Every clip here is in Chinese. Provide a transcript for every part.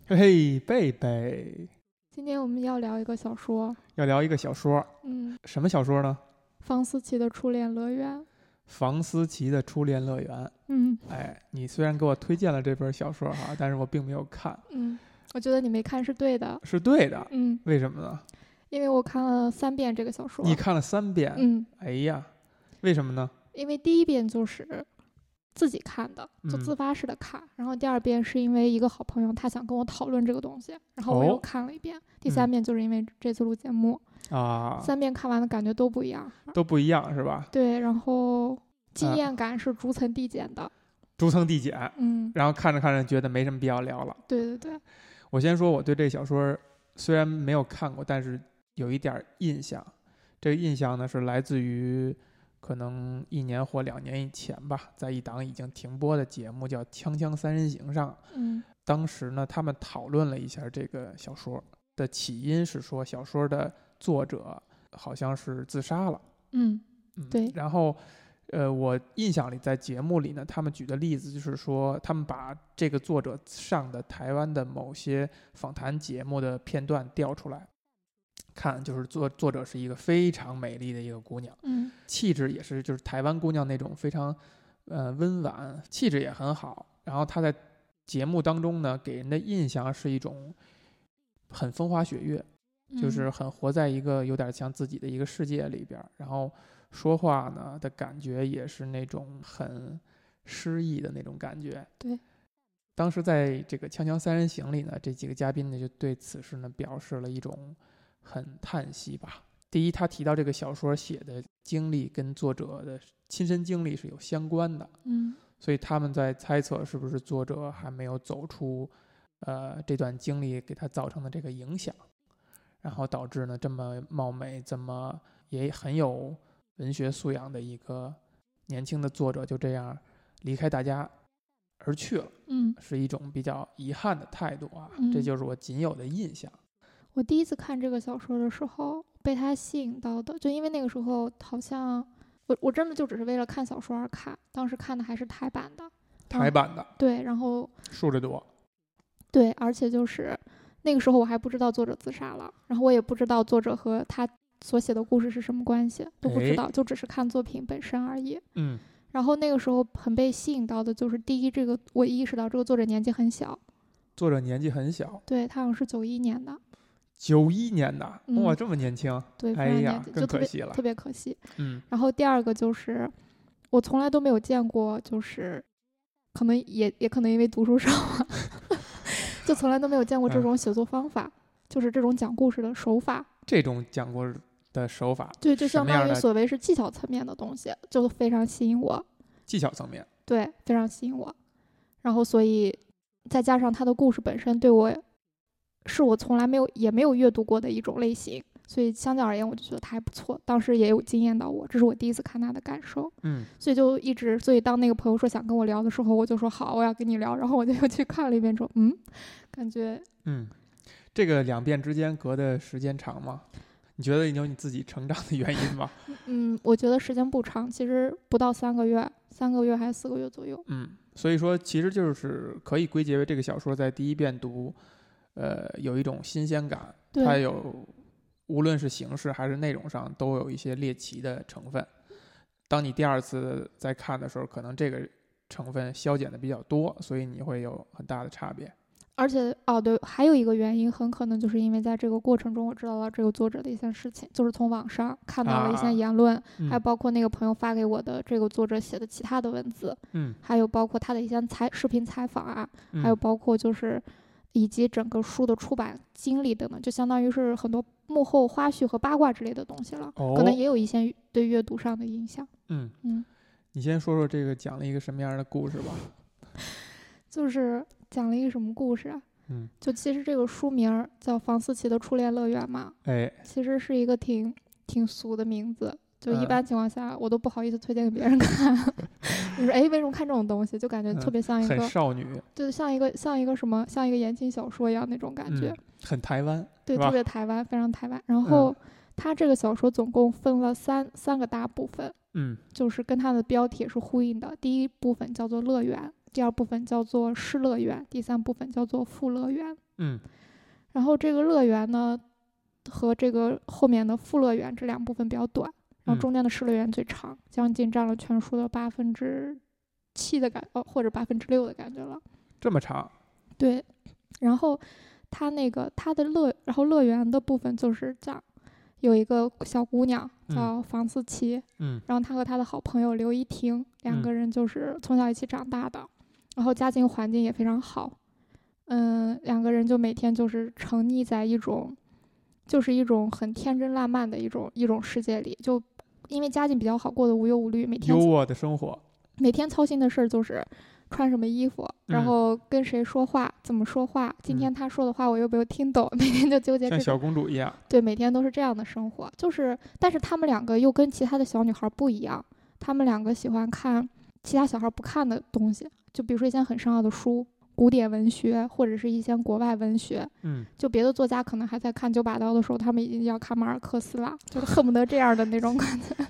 嘿，贝贝， 今天我们要聊一个小说， 要聊一个小说，什么小说呢？ 房思琪的初恋乐园。 房思琪的初恋乐园。你虽然给我推荐了这本小说哈，但是我并没有看。 我觉得你没看是对的。 是对的。为什么呢？ 因为我看了3遍这个小说。 你看了3遍？哎呀，为什么呢？ 因为第一遍就是自己看的，就自发式的看，然后第2遍是因为一个好朋友他想跟我讨论这个东西，然后我又看了一遍，第3遍就是因为这次录节目3遍看完的感觉都不一样， 是吧？ 对，然后经验感是逐层递减的。 逐层递减。然后看着看着觉得没什么必要聊了。 对， 我先说我对这小说虽然没有看过，但是有一点印象。这个印象呢是来自于可能1年或2年以前吧，在一档已经停播的节目叫《锵锵三人行》上。当时呢他们讨论了一下这个小说的起因，是说小说的作者好像是自杀了。 对。 然后我印象里在节目里呢，他们举的例子就是说，他们把这个作者上的台湾的某些访谈节目的片段调出来看，就是作者是一个非常美丽的一个姑娘，气质也是就是台湾姑娘那种非常温婉，气质也很好。然后她在节目当中呢，给人的印象是一种很风花雪月，就是很活在一个有点像自己的一个世界里边，然后说话呢的感觉也是那种很诗意的那种感觉。 对。 当时在这个锵锵三人行里呢，这几个嘉宾呢就对此事呢表示了一种很叹息吧。第一，他提到这个小说写的经历跟作者的亲身经历是有相关的。所以他们在猜测是不是作者还没有走出这段经历给他造成的这个影响，然后导致呢这么貌美这么也很有文学素养的一个年轻的作者就这样离开大家而去了。是一种比较遗憾的态度啊。这就是我仅有的印象。 我第一次看这个小说的时候被它吸引到的，就因为那个时候好像我真的就只是为了看小说而看，当时看的还是台版的。对，然后数着多。 对，而且就是那个时候我还不知道作者自杀了，然后我也不知道作者和他所写的故事是什么关系，都不知道，就只是看作品本身而已。然后那个时候很被吸引到的就是第一，这个我意识到这个作者年纪很小。 作者年纪很小。 对，他好像是91年的。 91年的。哇，这么年轻。 对，非常年轻， 更可惜了， 特别可惜。然后第2个就是我从来都没有见过，就是可能也可能因为读书少就从来都没有见过这种写作方法，就是这种讲故事的手法。 这种讲故事的手法， 对，就相当于所谓是技巧层面的东西，就非常吸引我。 技巧层面。 对，非常吸引我。然后所以再加上他的故事本身对我是我从来没有阅读过的一种类型，所以相较而言我就觉得他还不错，当时也有惊艳到我，这是我第一次看他的感受。所以当那个朋友说想跟我聊的时候，我就说好，我要跟你聊，然后我就又去看了一遍之后感觉这个2遍之间隔的时间长吗？你觉得有你自己成长的原因吗？ 我觉得时间不长，其实不到3个月，3个月还是4个月左右。 所以说其实就是可以归结为这个小说在第一遍读有一种新鲜感，它有无论是形式还是内容上都有一些猎奇的成分。当你第2次再看的时候，可能这个成分消减的比较多，所以你会有很大的差别。 而且对，还有一个原因很可能就是因为在这个过程中我知道了这个作者的一些事情，就是从网上看到了一些言论，还有包括那个朋友发给我的这个作者写的其他的文字，还有包括他的一些视频采访啊，还有包括就是以及整个书的出版经历等等，就相当于是很多幕后花絮和八卦之类的东西了，可能也有一些对阅读上的影响。 你先说说这个讲了一个什么样的故事吧。 就是讲了一个什么故事啊？就其实这个书名叫房思琪的初恋乐园嘛，其实是一个挺俗的名字，就一般情况下我都不好意思推荐给别人看你说为什么看这种东西，就感觉特别像一个很少女， 就像一个什么，像一个言情小说一样那种感觉。 很台湾。 对，特别台湾，非常台湾。然后它这个小说总共分了三个大部分，就是跟它的标题是呼应的。第一部分叫做乐园， 第二部分叫做失乐园，第三部分叫做复乐园。然后这个乐园呢和这个后面的复乐园这两部分比较短，然后中间的失乐园最长，将近占了全书的7%的或者6%的感觉了。 这么长？对。 然后它的然后乐园的部分就是讲有一个小姑娘叫房思琪，然后她和她的好朋友刘怡婷两个人就是从小一起长大的，然后家境环境也非常好。两个人就每天就是沉溺在一种很天真烂漫的一种世界里，就因为家境比较好，过得无忧无虑，每天优渥的生活， 每天操心的事就是穿什么衣服，然后跟谁说话，怎么说话，今天他说的话我有没有听懂，每天就纠结， 像小公主一样。 对，每天都是这样的生活，但是他们两个又跟其他的小女孩不一样，他们两个喜欢看其他小孩不看的东西，就比如说一些很深奥的书，古典文学或者是一些国外文学。就别的作家可能还在看九把刀的时候，他们已经要看马尔克斯了，就是恨不得这样的那种感觉。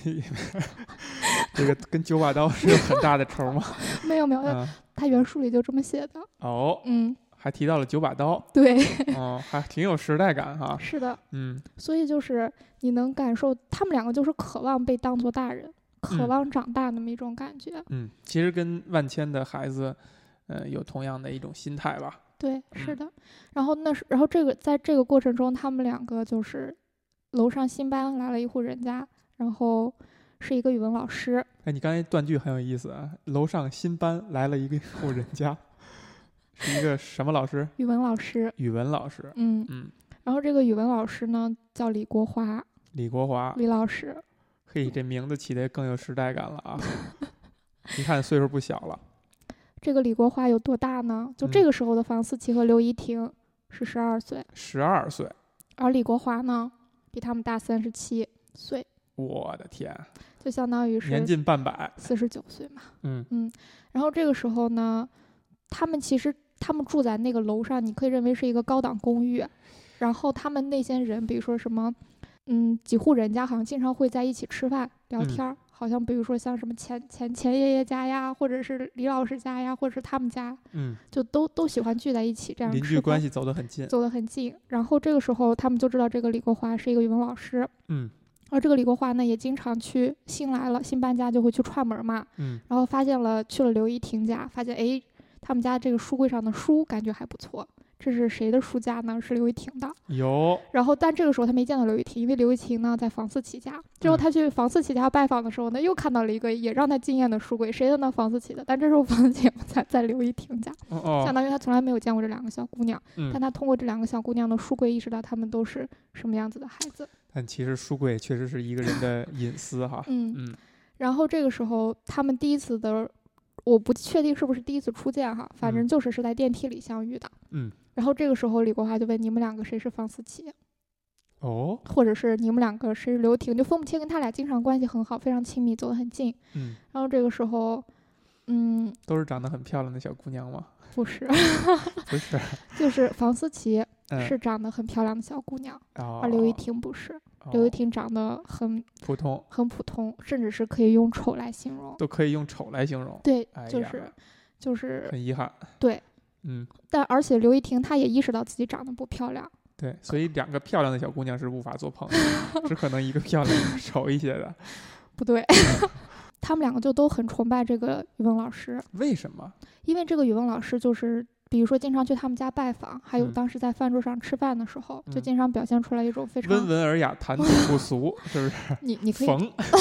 这个跟九把刀是有很大的仇吗？ 没有，他原书里就这么写的。 还提到了九把刀。 对。 还挺有时代感哈。 是的。所以就是你能感受他们两个就是渴望被当作大人，渴望长大那么一种感觉。 其实跟万千的孩子有同样的一种心态吧。 对，是的。然后在这个过程中，他们两个就是楼上新搬来了一户人家，然后是一个语文老师。 你刚才断句很有意思啊，楼上新搬来了一户人家，是一个什么老师？ 语文老师。 语文老师。 然后这个语文老师呢叫李国华。李老师。 嘿，这名字起得更有时代感了啊！一看岁数不小了。 这个李国华有多大呢？就这个时候的房思琪和刘怡婷是12岁。 12岁。 而李国华呢，比他们大37岁。 我的天！ 就相当于是年近半百 ，49岁嘛。然后这个时候呢，他们住在那个楼上，你可以认为是一个高档公寓。然后他们那些人，比如说什么，几户人家好像经常会在一起吃饭聊天。好像比如说像什么前爷爷家呀，或者是李老师家呀，或者是他们家，就都喜欢聚在一起这样吃饭。 邻居关系走得很近。 然后这个时候他们就知道这个李国华是一个语文老师。而这个李国华呢，也经常去新搬家就会去串门嘛。然后去了刘怡婷家，发现他们家这个书柜上的书感觉还不错。这是谁的书架呢？是刘怡婷的。然后但这个时候他没见到刘怡婷，因为刘怡婷呢在房思琪家。之后他去房思琪家拜访的时候呢，又看到了一个也让他惊艳的书柜，谁的呢？房思琪的。但这时候房思琪也不在刘怡婷家。相当于他从来没有见过这两个小姑娘。但他通过这两个小姑娘的书柜意识到他们都是什么样子的孩子。 但其实书柜确实是一个人的隐私哈。 然后这个时候他们第一次的，我不确定是不是第一次初见哈，反正就是在电梯里相遇的。然后这个时候李国华就问，你们两个谁是房思琪？或者是你们两个谁是刘婷？就分不清，跟他俩经常关系很好，非常亲密，走得很近。然后这个时候都是长得很漂亮的小姑娘吗？ 不是。 不是。 就是房思琪是长得很漂亮的小姑娘。而刘怡婷不是。刘怡婷长得很普通，甚至是可以用丑来形容。 都可以用丑来形容。 对。就是很遗憾。 对。但而且刘怡婷她也意识到自己长得不漂亮。 对，所以两个漂亮的小姑娘是无法做朋友，只可能一个漂亮一个丑一些的。 不对。他们两个就都很崇拜这个语文老师。 为什么？ 因为这个语文老师就是比如说经常去他们家拜访，还有当时在饭桌上吃饭的时候，就经常表现出来一种非常温文尔雅、谈吐不俗，是不是？ 你可以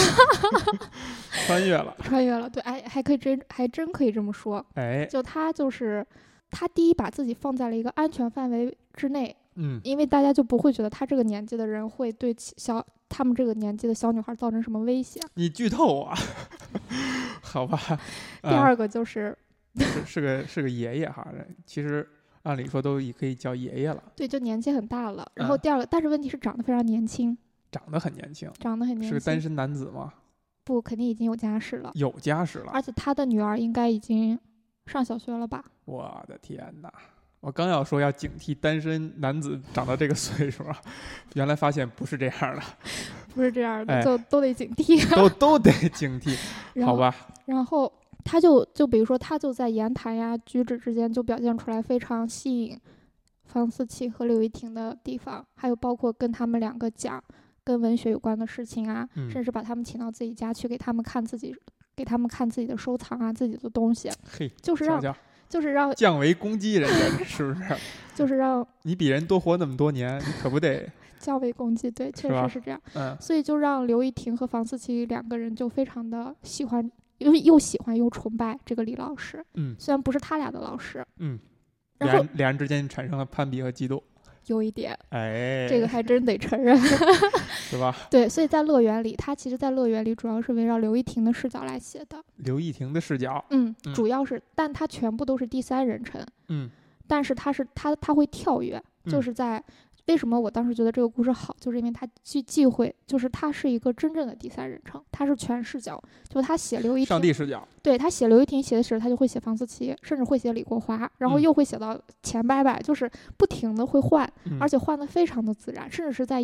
穿越了， 对，还真可以这么说。就他第一把自己放在了一个安全范围之内，因为大家就不会觉得他这个年纪的人会对他们这个年纪的小女孩造成什么威胁。 你剧透啊？好吧。 第二个就是是个爷爷哈，其实按理说都可以叫爷爷了。对， 就年纪很大了。然后第二个，但是问题是长得非常年轻。 长得很年轻。 是个单身男子吗？ 不，肯定已经有家室了。而且他的女儿应该已经上小学了吧？ 我的天哪！我刚要说要警惕单身男子长到这个岁数，原来发现不是这样的。不是这样的， 就都得警惕。 都得警惕。好吧。 然后他就比如说他就在言谈呀举止之间就表现出来非常吸引房思琪和刘亦婷的地方，还有包括跟他们两个讲跟文学有关的事情啊，甚至把他们请到自己家去给他们看自己的收藏啊，自己的东西，就是让降维攻击人家，是不是？ 就是让你比人多活那么多年，你可不得降维攻击，对，确实是这样。所以就让刘亦婷和房思琪两个人就非常的喜欢，又喜欢又崇拜这个李老师。虽然不是他俩的老师。然后两人之间产生了攀比和嫉妒。 有一点，这个还真得承认， 是吧？ 对，所以在乐园里，他其实在乐园里主要是围绕刘亦婷的视角来写的。 刘亦婷的视角， 主要是，但他全部都是第三人称，但是他会跳跃，就是在。为什么我当时觉得这个故事好，就是因为他忌讳，就是他是一个真正的第三人称，他是全视角，就他写刘亦婷上帝视角， 对，他写刘亦婷写的时候，他就会写房思琪，甚至会写李国华，然后又会写到钱伯伯，就是不停的会换，而且换的非常的自然，甚至是在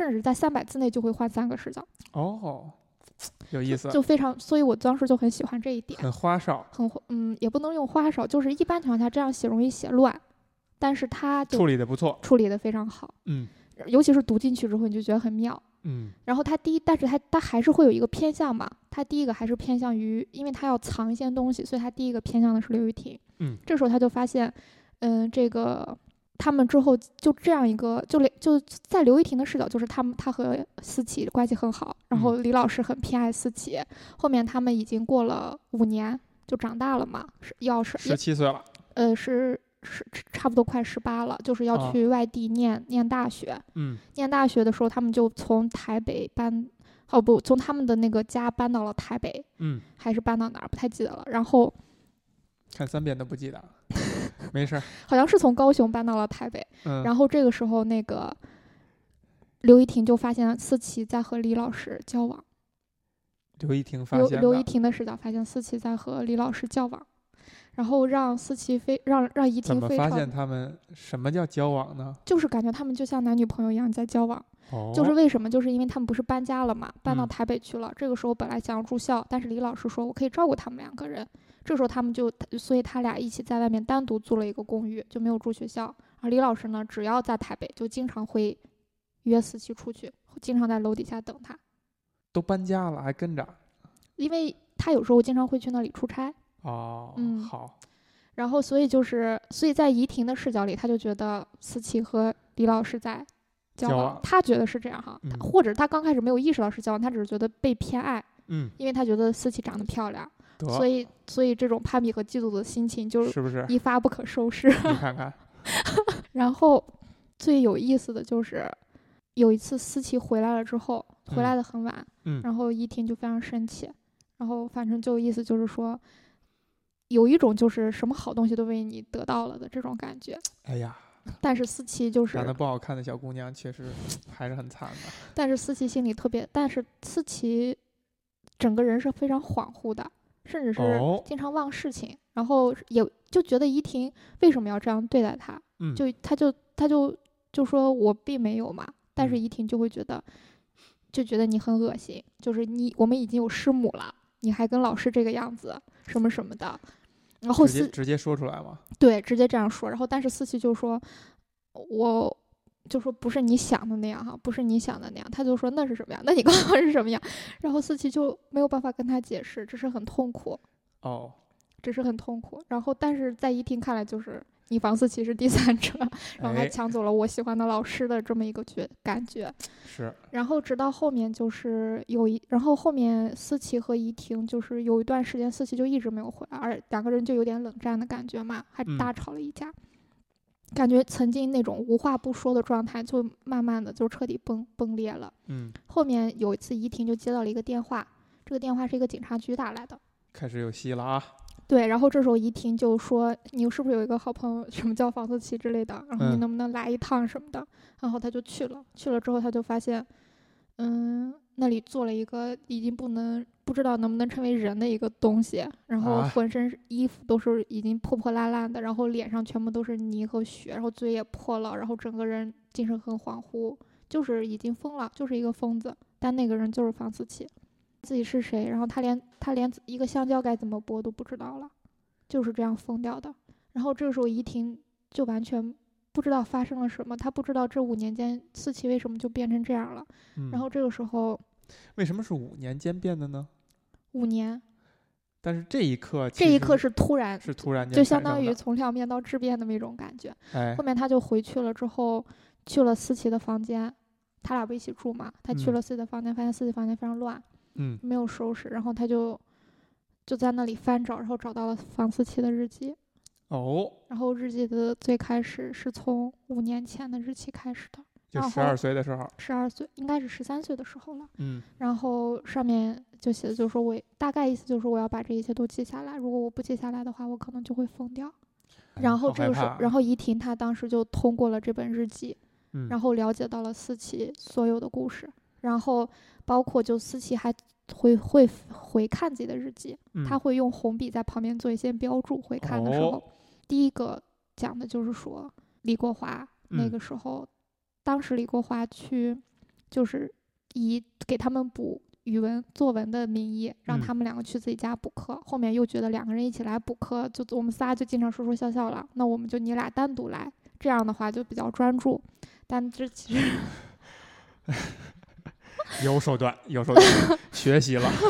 300字内就会换3个视角。 有意思， 就非常，所以我当时就很喜欢这一点， 很花哨， 也不能用花哨，就是一般情况下这样写容易写乱。但是他处理的不错， 处理的非常好，尤其是读进去之后你就觉得很妙，然后但是他还是会有一个偏向嘛，他第一个还是偏向于，因为他要藏一些东西，所以他第一个偏向的是刘亦婷，这时候他就发现，这个他们之后就这样一个，就在刘亦婷的视角，就是他和思琪关系很好，然后李老师很偏爱思琪，后面他们已经过了5年，就长大了嘛，要是 17岁了， 是差不多快18了，就是要去外地念大学。念大学的时候，他们就从台北从他们的那个家搬到了台北。还是搬到哪儿不太记得了。然后看3遍都不记得，没事。 好像是从高雄搬到了台北。然后这个时候，那个刘亦婷就发现思琪在和李老师交往。 刘亦婷发现刘亦婷的视角发现思琪在和李老师交往。然后让思琪让怡婷非常。 怎么发现他们什么叫交往呢？ 就是感觉他们就像男女朋友一样在交往。就是为什么？就是因为他们不是搬家了嘛，搬到台北去了。这个时候本来想要住校，但是李老师说我可以照顾他们2个人。这时候他们所以他俩一起在外面单独租了一个公寓，就没有住学校。而李老师呢，只要在台北，就经常会约思琪出去，经常在楼底下等他。 都搬家了还跟着？ 因为他有时候经常会去那里出差。 好。 然后所以在怡婷的视角里，他就觉得思琪和李老师在交往，他觉得是这样哈，或者他刚开始没有意识到是交往，他只是觉得被偏爱，因为他觉得思琪长得漂亮，所以这种攀比和嫉妒的心情就是一发不可收拾。 你看看。 然后最有意思的就是有一次思琪回来了之后，回来的很晚，然后怡婷就非常生气，然后反正就意思就是说。有一种就是什么好东西都为你得到了的这种感觉。 哎呀， 但是思琪就是长得不好看的小姑娘，确实还是很惨的。 但是思琪心里但是思琪整个人是非常恍惚的，甚至是经常忘事情，然后也就觉得怡婷为什么要这样对待他？他就说我并没有嘛，但是怡婷就会觉得你很恶心，就是我们已经有师母了，你还跟老师这个样子什么什么的。然后直接说出来吗？ 对，直接这样说。然后但是思琪就说我就说不是你想的那样哈，不是你想的那样。他就说那是什么样？那你刚刚是什么样？然后思琪就没有办法跟他解释，只是很痛苦。只是很痛苦。然后但是在怡婷看来就是你房思琪是第三者，然后还抢走了我喜欢的老师的这么一个感觉。 是。 然后直到后面就是然后后面思琪和怡婷就是有一段时间思琪就一直没有回来，而2个人就有点冷战的感觉嘛，还大吵了一架。感觉曾经那种无话不说的状态就慢慢的就彻底崩裂了。后面有一次怡婷就接到了一个电话，这个电话是一个警察局打来的。 开始有戏了啊。 对，然后这时候怡婷就说你是不是有一个好朋友什么叫房思琪之类的，然后你能不能来一趟什么的。然后他就去了之后他就发现那里做了一个已经不知道能不能成为人的一个东西，然后浑身衣服都是已经破破烂烂的，然后脸上全部都是泥和血，然后嘴也破了，然后整个人精神很恍惚，就是已经疯了，就是一个疯子。但那个人就是房思琪。 自己是谁，然后他连一个香蕉该怎么剥都不知道了，就是这样疯掉的。然后这个时候怡婷就完全不知道发生了什么，他不知道这5年间思琪为什么就变成这样了。然后这个时候为什么是5年间变的呢 ？5年。 但是这一刻是突然间， 就相当于从量变到质变的那种感觉。后面他就回去了之后，去了思琪的房间，他俩不一起住嘛，他去了思琪的房间，发现思琪房间非常乱，没有收拾，然后他就在那里翻找，然后找到了房思琪的日记。然后日记的最开始是从5年前的日期开始的， 就12岁的时候 ，12岁应该是13岁的时候了。然后上面就写的就是说大概意思就是我要把这一切都记下来，如果我不记下来的话，我可能就会疯掉。然后然后怡婷她当时就通过了这本日记，然后了解到了思琪所有的故事，然后包括就思琪还会回看自己的日记，他会用红笔在旁边做一些标注，回看的时候。第一个讲的就是说李国华那个时候，当时李国华去就是以给他们补语文作文的名义让他们2个去自己家补课，后面又觉得2个人一起来补课，就我们仨就经常说笑了，那我们就你俩单独来，这样的话就比较专注。但这其实有手段学习了。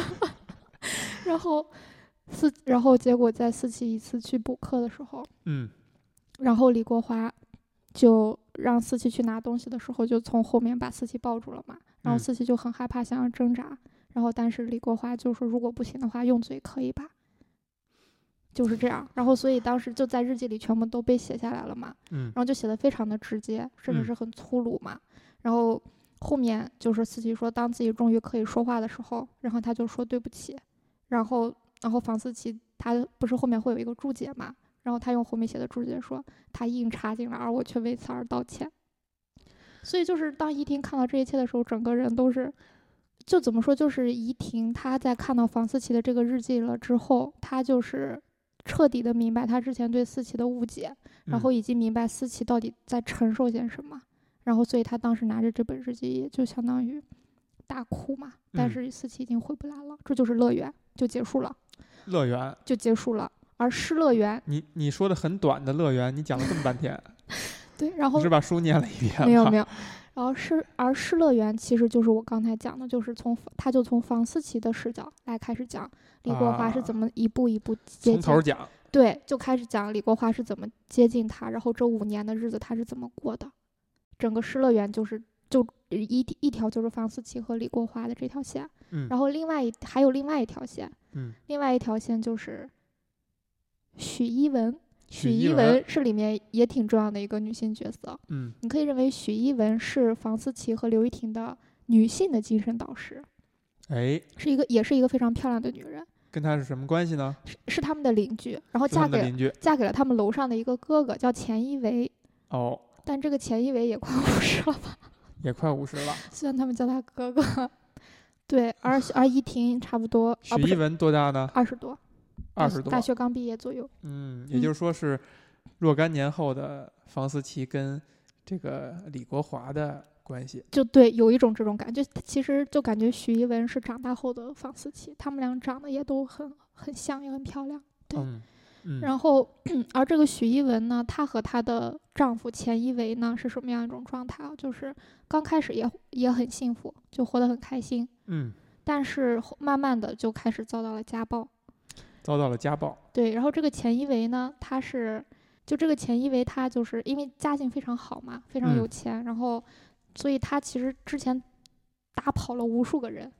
然后结果在思琪一次去补课的时候，然后李国华就让思琪去拿东西的时候，就从后面把思琪抱住了嘛。然后思琪就很害怕，想要挣扎，然后但是李国华就说如果不行的话，用嘴可以吧，就是这样。然后所以当时就在日记里全部都被写下来了嘛。然后就写得非常的直接，甚至是很粗鲁嘛。然后后面就是思琪说，当自己终于可以说话的时候，然后他就说对不起，然后房思琪他不是后面会有一个注解嘛，然后他用后面写的注解说他硬插进来，而我却为此而道歉。所以就是当怡婷看到这一切的时候，整个人都是就怎么说，就是怡婷她在看到房思琪的这个日记了之后，她就是彻底的明白她之前对思琪的误解，然后以及明白思琪到底在承受些什么。然后所以她当时拿着这本日记也就相当于大哭嘛。但是思琪已经回不来了，这就是乐园就结束了， 乐园就结束了。而失乐园， 你说的很短的乐园，你讲了这么半天。 对，然后你是把书念了一遍吗？ 没有。然后失乐园其实就是我刚才讲的，就是他就从房思琪的视角来开始讲李国华是怎么一步一步接近， 从头讲。 对，就开始讲李国华是怎么接近他，然后这5年的日子他是怎么过的。整个失乐园就一条就是房思琪和李国华的这条线，然后还有另外一条线，另外一条线就是许一文。许一文是里面也挺重要的一个女性角色，你可以认为许一文是房思琪和刘怡婷的女性的精神导师，也是一个非常漂亮的女人。 跟她是什么关系呢？ 是他们的邻居，然后嫁给了他们楼上的一个哥哥，叫钱一维。但这个钱一维也快50了吧？ 也快50了。 虽然他们叫他哥哥，对，而怡婷差不多。 许一文多大呢 ？20多。 20多， 大学刚毕业左右。 也就是说是若干年后的房思琪跟这个李国华的关系， 就对，有一种这种感觉。其实就感觉许一文是长大后的房思琪，他们俩长得也都很像，也很漂亮。对，然后而这个许一文呢，她和她的丈夫钱一维呢是什么样一种状态啊？就是刚开始也很幸福，就活得很开心。但是慢慢的就开始遭到了家暴。对，然后这个钱一维呢，这个钱一维他就是因为家境非常好嘛，非常有钱，然后所以他其实之前打跑了无数个人，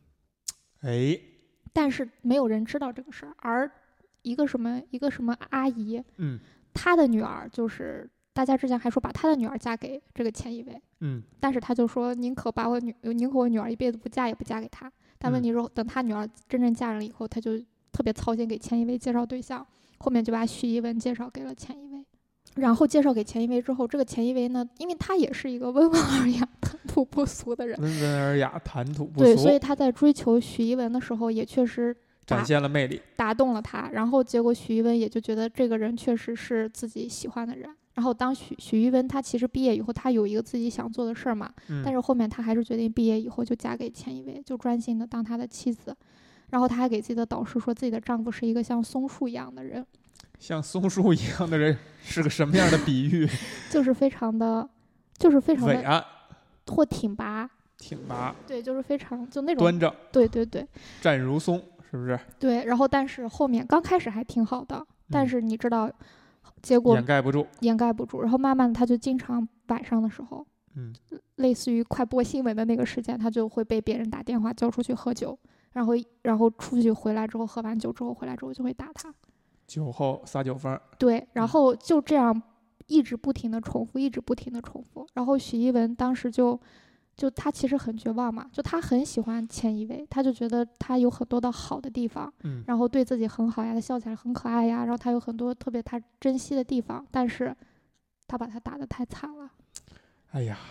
但是没有人知道这个事儿。而一个什么阿姨，她的女儿就是大家之前还说把她的女儿嫁给这个钱一维，但是他就说宁可我女儿一辈子不嫁也不嫁给他。但问题是等他女儿真正嫁人了以后，他就特别操心给钱一维介绍对象，后面就把许一文介绍给了钱一维。然后介绍给钱一维之后，这个钱一维呢，因为他也是一个温文尔雅、谈吐不俗的人，对，所以他在追求许一文的时候，也确实展现了魅力， 打动了他。然后结果许一文也就觉得这个人确实是自己喜欢的人， 然后当许玉文她其实毕业以后，她有一个自己想做的事儿嘛，但是后面她还是决定毕业以后就嫁给钱一威，就专心的当他的妻子。然后她还给自己的导师说，自己的丈夫是一个像松树一样的人。 像松树一样的人是个什么样的比喻？ 就是非常的伟岸或挺拔，对，就是非常就那种端正， 对对对， 站如松，是不是？ 对，然后但是后面刚开始还挺好的，但是你知道结果掩盖不住， 然后慢慢他就经常晚上的时候，类似于快播新闻的那个时间，他就会被别人打电话叫出去喝酒，然后出去回来之后，喝完酒之后回来之后就会打他， 酒后撒酒疯。 对，然后就这样一直不停的重复，然后许一文当时就他其实很绝望嘛，就他很喜欢钱一威，他就觉得他有很多的好的地方，然后对自己很好呀，他笑起来很可爱呀，然后他有很多特别他珍惜的地方，但是他把他打得太惨了， 哎呀，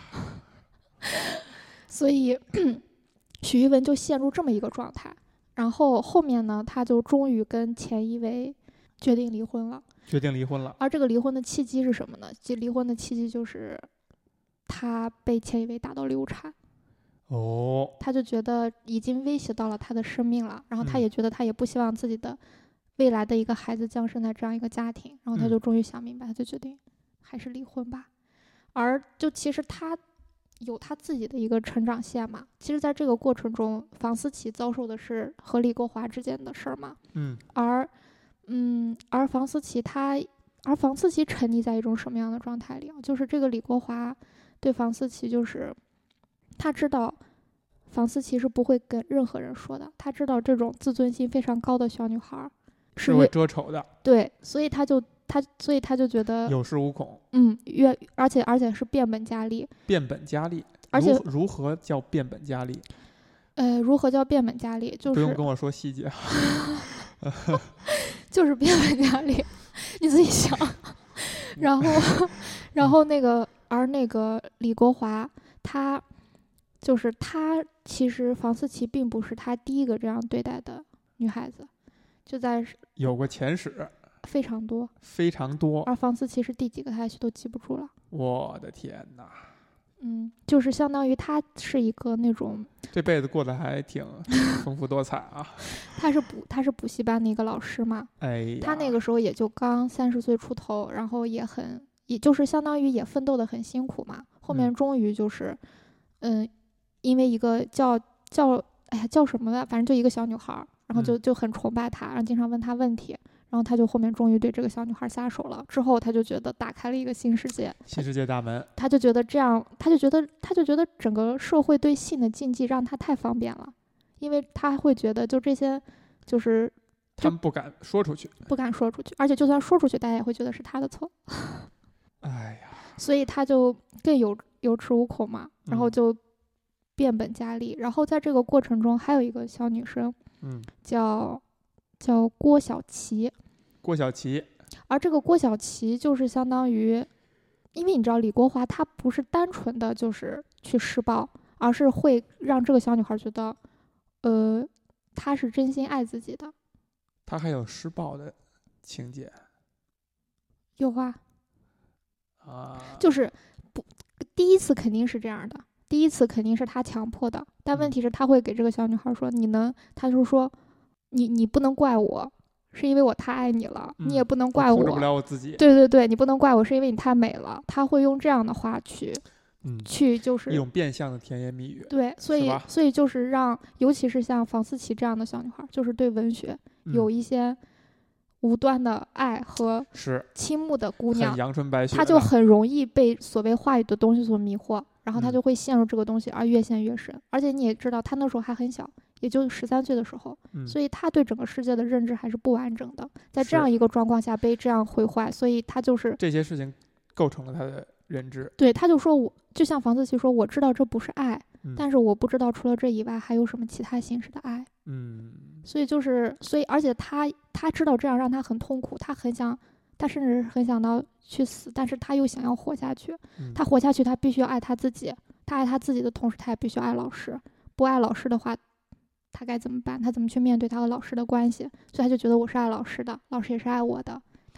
所以许一文就陷入这么一个状态，然后后面呢，他就终于跟钱一威决定离婚了。而这个离婚的契机是什么呢？离婚的契机就是他被钱一威打到流产。他就觉得已经威胁到了他的生命了，然后他也觉得他也不希望自己的未来的一个孩子降生在这样一个家庭，然后他就终于想明白，他就决定还是离婚吧。而就其实他有他自己的一个成长线嘛，其实在这个过程中，房思琪遭受的是和李国华之间的事儿嘛，而房思琪沉溺在一种什么样的状态里啊？就是这个李国华对房思琪，就是他知道房思琪是不会跟任何人说的，他知道这种自尊心非常高的小女孩是会遮丑的， 对，所以他就觉得有恃无恐， 而且是变本加厉， 而且如何叫变本加厉？ 如何叫变本加厉？就是不用跟我说细节。 就是变本加厉，你自己想。然后那个李国华，他其实房思琪并不是他第一个这样对待的女孩子，就在有过前史， 非常多，而房思琪是第几个，他也许都记不住了。 我的天哪！ 就是相当于他是一个那种这辈子过得还挺丰富多彩啊。 他是补习班的一个老师嘛，他那个时候也就刚30岁出头，然后也就是相当于也奋斗得很辛苦嘛。后面终于就是因为一个叫什么的，反正就一个小女孩，然后就很崇拜她，然后经常问她问题，然后他就后面终于对这个小女孩下手了。之后他就觉得打开了一个新世界大门。 他就觉得这样，他就觉得整个社会对性的禁忌让他太方便了，因为他会觉得就这些就是他们不敢说出去， 而且就算说出去，大家也会觉得是他的错。 哎呀， 所以他就更有恃无恐嘛，然后就变本加厉。然后在这个过程中，还有一个小女生，叫郭晓琪，而这个郭晓琪就是相当于，因为你知道李国华他不是单纯的就是去施暴，而是会让这个小女孩觉得，他是真心爱自己的。 他还有施暴的情节？ 有啊，就是第一次肯定是这样的，第一次肯定是他强迫的，但问题是他会给这个小女孩说，他就说你不能怪我，是因为我太爱你了，你也不能怪我， 控制不了我自己。 对，你不能怪我，是因为你太美了。他会用这样的话去就是一种变相的甜言蜜语。 对，所以就是尤其是像房思琪这样的小女孩，就是对文学有一些无端的爱和倾慕的姑娘， 阳春白雪， 她就很容易被所谓话语的东西所迷惑，然后她就会陷入这个东西而越陷越深。而且你也知道，她那时候还很小，也就13岁的时候，所以她对整个世界的认知还是不完整的。在这样一个状况下被这样毁坏，所以她就是这些事情构成了她的认知。 对，她就说就像房思琪说，我知道这不是爱，但是我不知道除了这以外还有什么其他形式的爱。所以而且他知道这样让他很痛苦，他甚至很想到去死，但是他又想要活下去。他活下去，他必须要爱他自己，他爱他自己的同时，他也必须爱老师。不爱老师的话，他该怎么办？他怎么去面对他和老师的关系？所以他就觉得我是爱老师的，老师也是爱我的，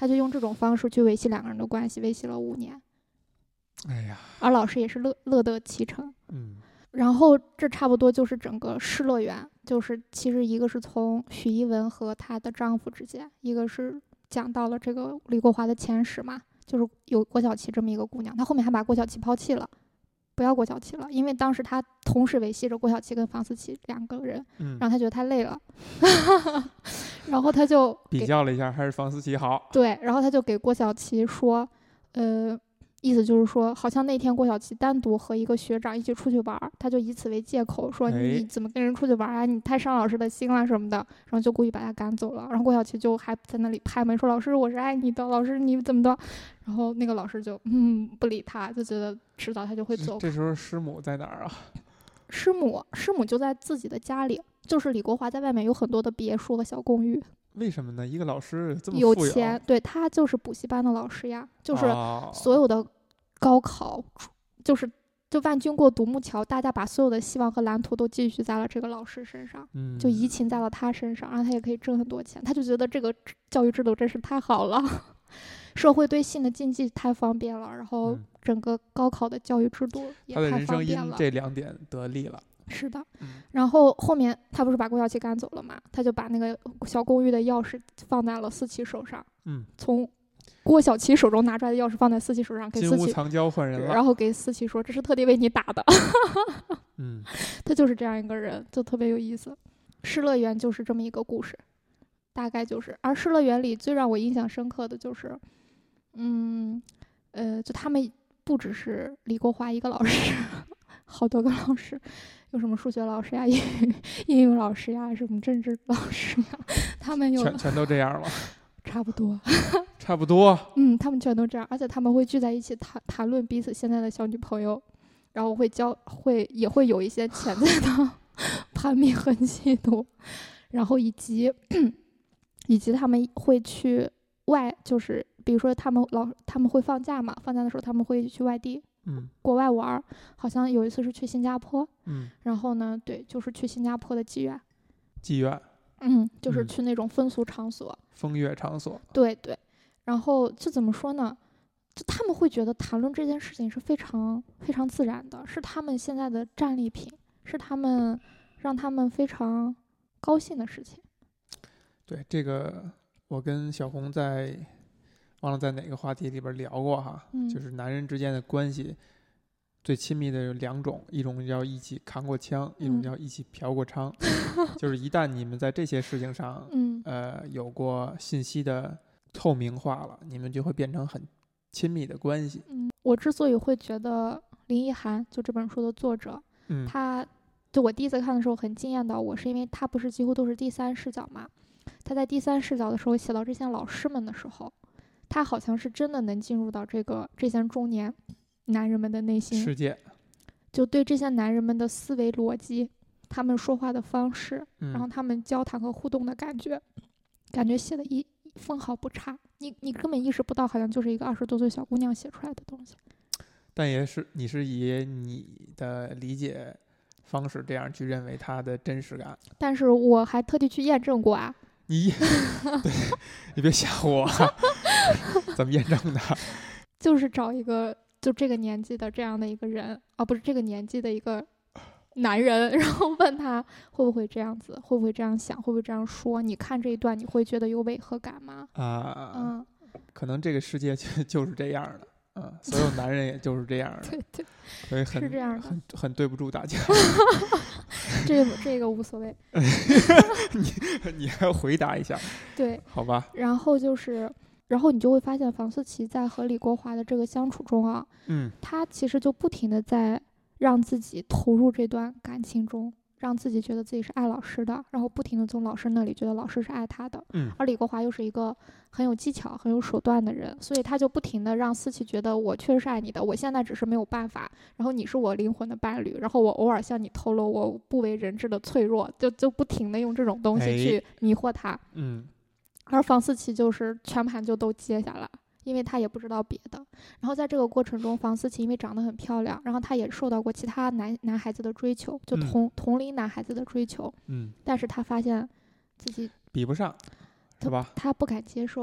他就用这种方式去维系2个人的关系，维系了5年。 哎呀， 而老师也是乐得其成。然后这差不多就是整个失乐园，就是其实一个是从许一文和她的丈夫之间，一个是讲到了这个李国华的前世嘛，就是有郭晓琪这么一个姑娘，她后面还把郭晓琪抛弃了，不要郭晓琪了，因为当时她同时维系着郭晓琪跟房思琪2个人，让她觉得太累了，然后她就比较了一下，还是房思琪好。 对，然后她就给郭晓琪说，意思就是说，好像那天郭晓琪单独和一个学长一起出去玩，他就以此为借口说你怎么跟人出去玩啊，你太伤老师的心了什么的，然后就故意把他赶走了。然后郭晓琪就还在那里拍门说：“老师，我是爱你的，老师你怎么的？”然后那个老师就不理他，就觉得迟早他就会走。 这时候师母在哪儿啊？ 师母就在自己的家里，就是李国华在外面有很多的别墅和小公寓。 为什么呢？一个老师这么有钱，对，他就是补习班的老师呀，就是所有的高考，就万军过独木桥，大家把所有的希望和蓝图都寄予在了这个老师身上，就移情在了他身上，然后他也可以挣很多钱，他就觉得这个教育制度真是太好了，社会对性的禁忌太方便了，然后整个高考的教育制度也太方便了，他的人生因这2点得利了。 是的，然后后面他不是把郭晓琪赶走了嘛？他就把那个小公寓的钥匙放在了思琪手上，从郭晓琪手中拿出来的钥匙放在思琪手上，给思琪金屋藏娇换人了， 然后给思琪说这是特地为你打的。他就是这样一个人，就特别有意思。失乐园就是这么一个故事，大概就是。而失乐园里最让我印象深刻的就是，就他们不只是李国华一个老师。好多个老师，有什么数学老师呀、英语老师呀、什么政治老师呀，他们有全都这样了， 差不多， 差不多。 他们全都这样，而且他们会聚在一起谈论彼此现在的小女朋友，然后也会有一些潜在的攀比和嫉妒，然后以及他们会去就是比如说他们会放假嘛，放假的时候他们会去外地。国外玩，好像有一次是去新加坡，然后呢，对，就是去新加坡的妓院，就是去那种风俗场所、 风月场所， 对，然后就怎么说呢？就他们会觉得谈论这件事情是非常非常自然的，是他们现在的战利品，是让他们非常高兴的事情。对， 这个我跟小红忘了在哪个话题里边聊过哈，就是男人之间的关系最亲密的有2种，一种叫一起扛过枪，一种叫一起嫖过娼。就是一旦你们在这些事情上，有过信息的透明化了，你们就会变成很亲密的关系。 我之所以会觉得林奕含就这本书的作者，就我第一次看的时候很惊艳到我，是因为他不是几乎都是第3视角嘛？他在第3视角的时候写到这些老师们的时候。他好像是真的能进入到这些中年男人们的内心世界， 就对这些男人们的思维逻辑、他们说话的方式，然后他们交谈和互动的感觉写的分毫不差。你根本意识不到，好像就是一个20多岁小姑娘写出来的东西。 但你是以你的理解方式这样去认为它的真实感。 但是我还特地去验证过啊。 对，你别吓唬我。怎么验证的？ 就是找一个就这个年纪的这样的一个人不是这个年纪的一个男人，然后问他会不会这样子，会不会这样想，会不会这样说，你看这一段你会觉得有违和感吗？ 可能这个世界就是这样的。所有男人也就是这样的。 对， 所以是这样的， 很对不住大家。 这个无所谓。 你还要回答一下？ 对， 好吧。 然后你就会发现房思琪在和李国华的这个相处中啊，他其实就不停的在让自己投入这段感情中，让自己觉得自己是爱老师的，然后不停的从老师那里觉得老师是爱他的。而李国华又是一个很有技巧、很有手段的人，所以他就不停的让思琪觉得我确实是爱你的，我现在只是没有办法，然后你是我灵魂的伴侣，然后我偶尔向你透露我不为人知的脆弱，就不停的用这种东西去迷惑他。而房思琪就是全盘就都接下来，因为他也不知道别的。然后在这个过程中，房思琪因为长得很漂亮，然后他也受到过其他男孩子的追求，就同龄男孩子的追求。但是他发现自己比不上，是吧？ 他不敢接受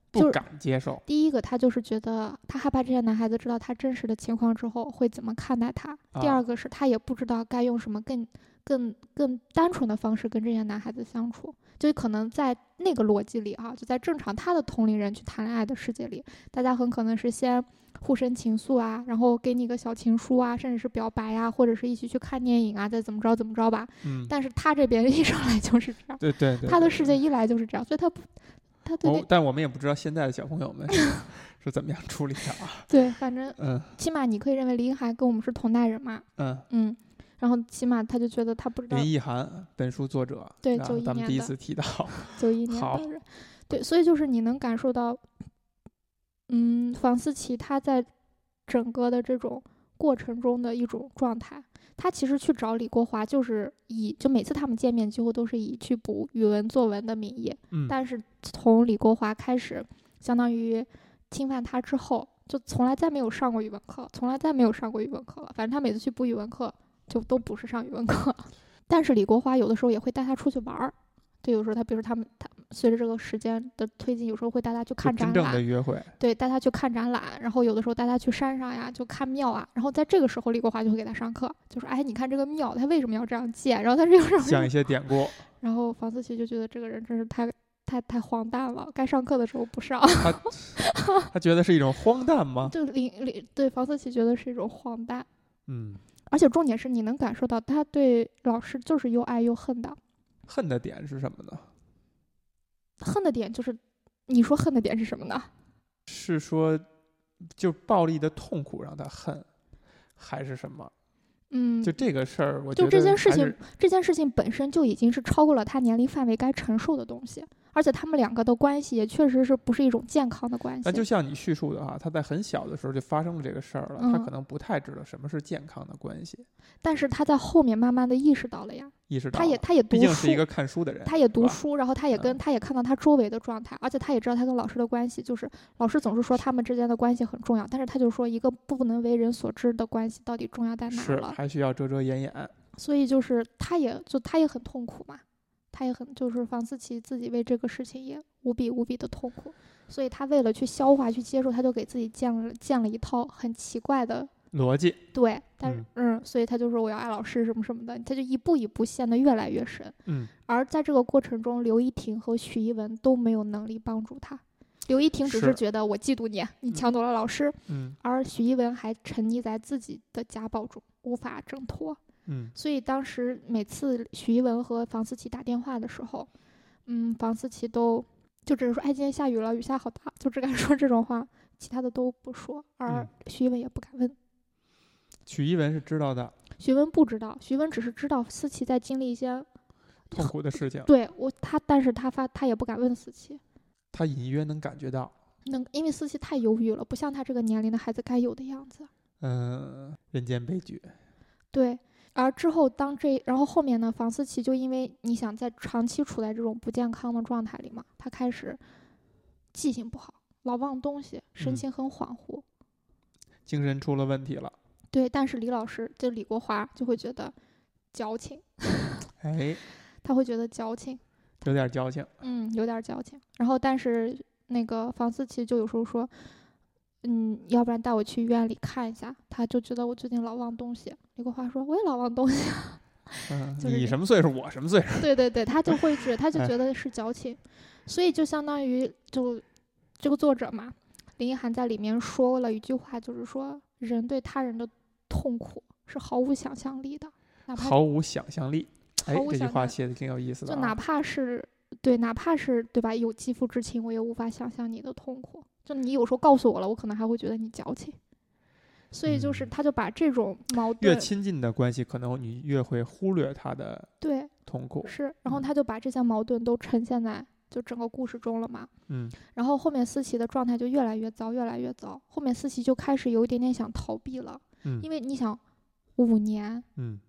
不敢接受。 第一个，他就是觉得他害怕这些男孩子知道他真实的情况之后会怎么看待他。第二个是他也不知道该用什么更单纯的方式跟这些男孩子相处。就可能在那个逻辑里就在正常他的同龄人去谈恋爱的世界里，大家很可能是先互生情愫啊，然后给你个小情书啊，甚至是表白啊，或者是一起去看电影啊，再怎么着吧。但是他这边一上来就是这样， 对， 他的世界一来就是这样，所以他对但我们也不知道现在的小朋友们是怎么样处理的啊。 对，反正起码你可以认为林奕含跟我们是同代人嘛。然后起码他就觉得他不知道林奕含本书作者， 对91年的， 咱们第一次提到 91年的人，对，所以就是你能感受到房思琪他在整个的这种过程中的一种状态。他其实去找李国华就是就每次他们见面几乎都是以去补语文作文的名义，但是从李国华开始相当于侵犯他之后，就从来再没有上过语文课了。反正他每次去补语文课就都不是上语文课，但是李国华有的时候也会带他出去玩儿。就有时候他比如说他随着这个时间的推进，有时候会带他去看展览， 真正的约会， 对，带他去看展览，然后有的时候带他去山上呀，就看庙啊。然后在这个时候，李国华就会给他上课，就说：“哎，你看这个庙，他为什么要这样建？然后他这个讲一些典故。” 然后房思琪就觉得这个人真是太荒诞了，该上课的时候不上。 他觉得是一种荒诞吗？ 就对房思琪觉得是一种荒诞。而且重点是你能感受到他对老师就是又爱又恨的。 恨的点是什么呢？ 恨的点就是，你说恨的点是什么呢？ 是说就暴力的痛苦让他恨，还是什么？就这个事儿，我觉得就这件事情本身就已经是超过了他年龄范围该承受的东西。而且他们两个的关系也确实是不是一种健康的关系。 那就像你叙述的他在很小的时候就发生了这个事儿了，他可能不太知道什么是健康的关系。 但是他在后面慢慢的意识到了呀，他也读书， 毕竟是一个看书的人， 他也读书，然后他也看到他周围的状态，而且他也知道他跟老师的关系，就是老师总是说他们之间的关系很重要，但是他就说一个不能为人所知的关系到底重要在哪了， 是还需要遮遮掩掩。 所以就是他也很痛苦嘛。他也很，就是房思琪自己为这个事情也无比的痛苦，所以他为了去消化去接受，他就给自己建了一套很奇怪的逻辑。 对，但是所以他就说我要爱老师什么什么的，他就一步一步陷得越来越深。而在这个过程中，刘依婷和许一文都没有能力帮助他。刘依婷只是觉得我嫉妒你，你抢走了老师，而许一文还沉溺在自己的家暴中无法挣脱。所以当时每次许一文和房思琪打电话的时候，房思琪都就只是说：“哎，今天下雨了，雨下好大。”就只敢说这种话，其他的都不说。而许一文也不敢问。 许一文是知道的。 许一文不知道，许一文只是知道思琪在经历一些痛苦的事情。 对但是他也不敢问思琪。 他隐约能感觉到， 因为思琪太忧郁了，不像他这个年龄的孩子该有的样子。 人间悲剧。 对。而之后然后后面呢，房思琪就因为你想在长期处在这种不健康的状态里嘛，他开始记性不好，老忘东西，神情很恍惚， 精神出了问题了。 对，但是李国华就会觉得矫情。他会觉得矫情， 有点矫情。 有点矫情。然后但是那个房思琪就有时候说，要不然带我去医院里看一下。他就觉得我最近老忘东西。李国华说我也老忘东西。 你什么岁数我什么岁数。 对，他就觉得是矫情。所以就相当于就这个作者嘛，林奕含在里面说了一句话，就是说人对他人的痛苦是毫无想象力的， 毫无想象力。这句话写的挺有意思的。 就哪怕是对吧，有肌肤之亲，我也无法想象你的痛苦。就你有时候告诉我了，我可能还会觉得你矫情。所以就是他就把这种矛盾， 越亲近的关系可能你越会忽略他的痛苦。 是，然后他就把这些矛盾都呈现在就整个故事中了嘛。然后后面思琪的状态就越来越糟，后面思琪就开始有一点点想逃避了。因为你想5年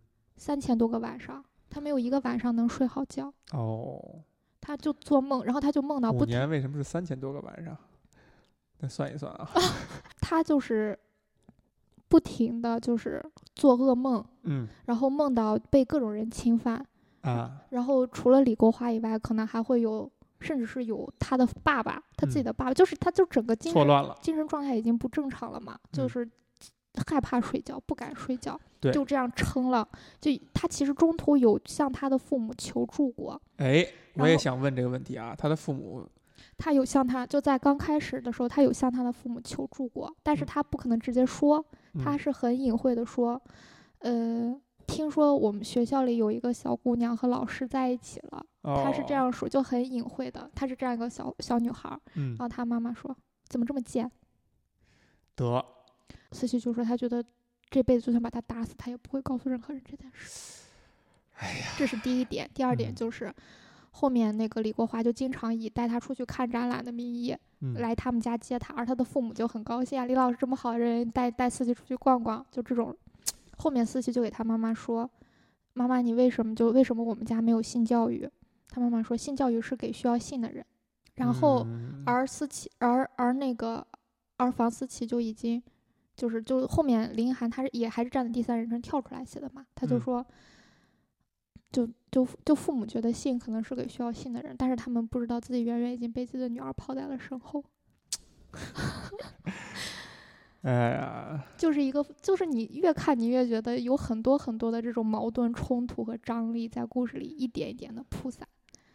，3000多个晚上，他没有一个晚上能睡好觉。他就做梦，然后他就梦到 5年为什么是3000多个晚上？再算一算啊。 他就是不停的就是做噩梦，然后梦到被各种人侵犯然后除了李国华以外，可能还会有甚至是有他的爸爸，他自己的爸爸，就是他就整个错乱了， 精神状态已经不正常了嘛，就是害怕睡觉，不敢睡觉，就这样撑了。就他其实中途有向他的父母求助过。 哎，我也想问这个问题啊，他的父母， 他有向他就在刚开始的时候，他有向他的父母求助过，但是他不可能直接说，他是很隐晦的说，听说我们学校里有一个小姑娘和老师在一起了，他是这样说，就很隐晦的，她是这样一个小女孩，然后他妈妈说怎么这么贱， 得， 思琪就说他觉得这辈子就算把他打死，他也不会告诉任何人这件事。 哎呀， 这是第一点。第二点就是后面那个李国华就经常以带他出去看展览的名义来他们家接他，而他的父母就很高兴啊，李老师这么好的人带思琪出去逛逛，就这种。后面思琪就给他妈妈说，妈妈你为什么我们家没有性教育？他妈妈说性教育是给需要性的人。然后而房思琪就已经就后面林涵他也还是站在第三人称跳出来写的嘛，他就说就父母觉得性可能是给需要性的人，但是他们不知道自己远远已经被自己的女儿抛在了身后。 哎呀， 就是你越看你越觉得有很多很多的这种矛盾冲突和张力在故事里一点一点的铺散。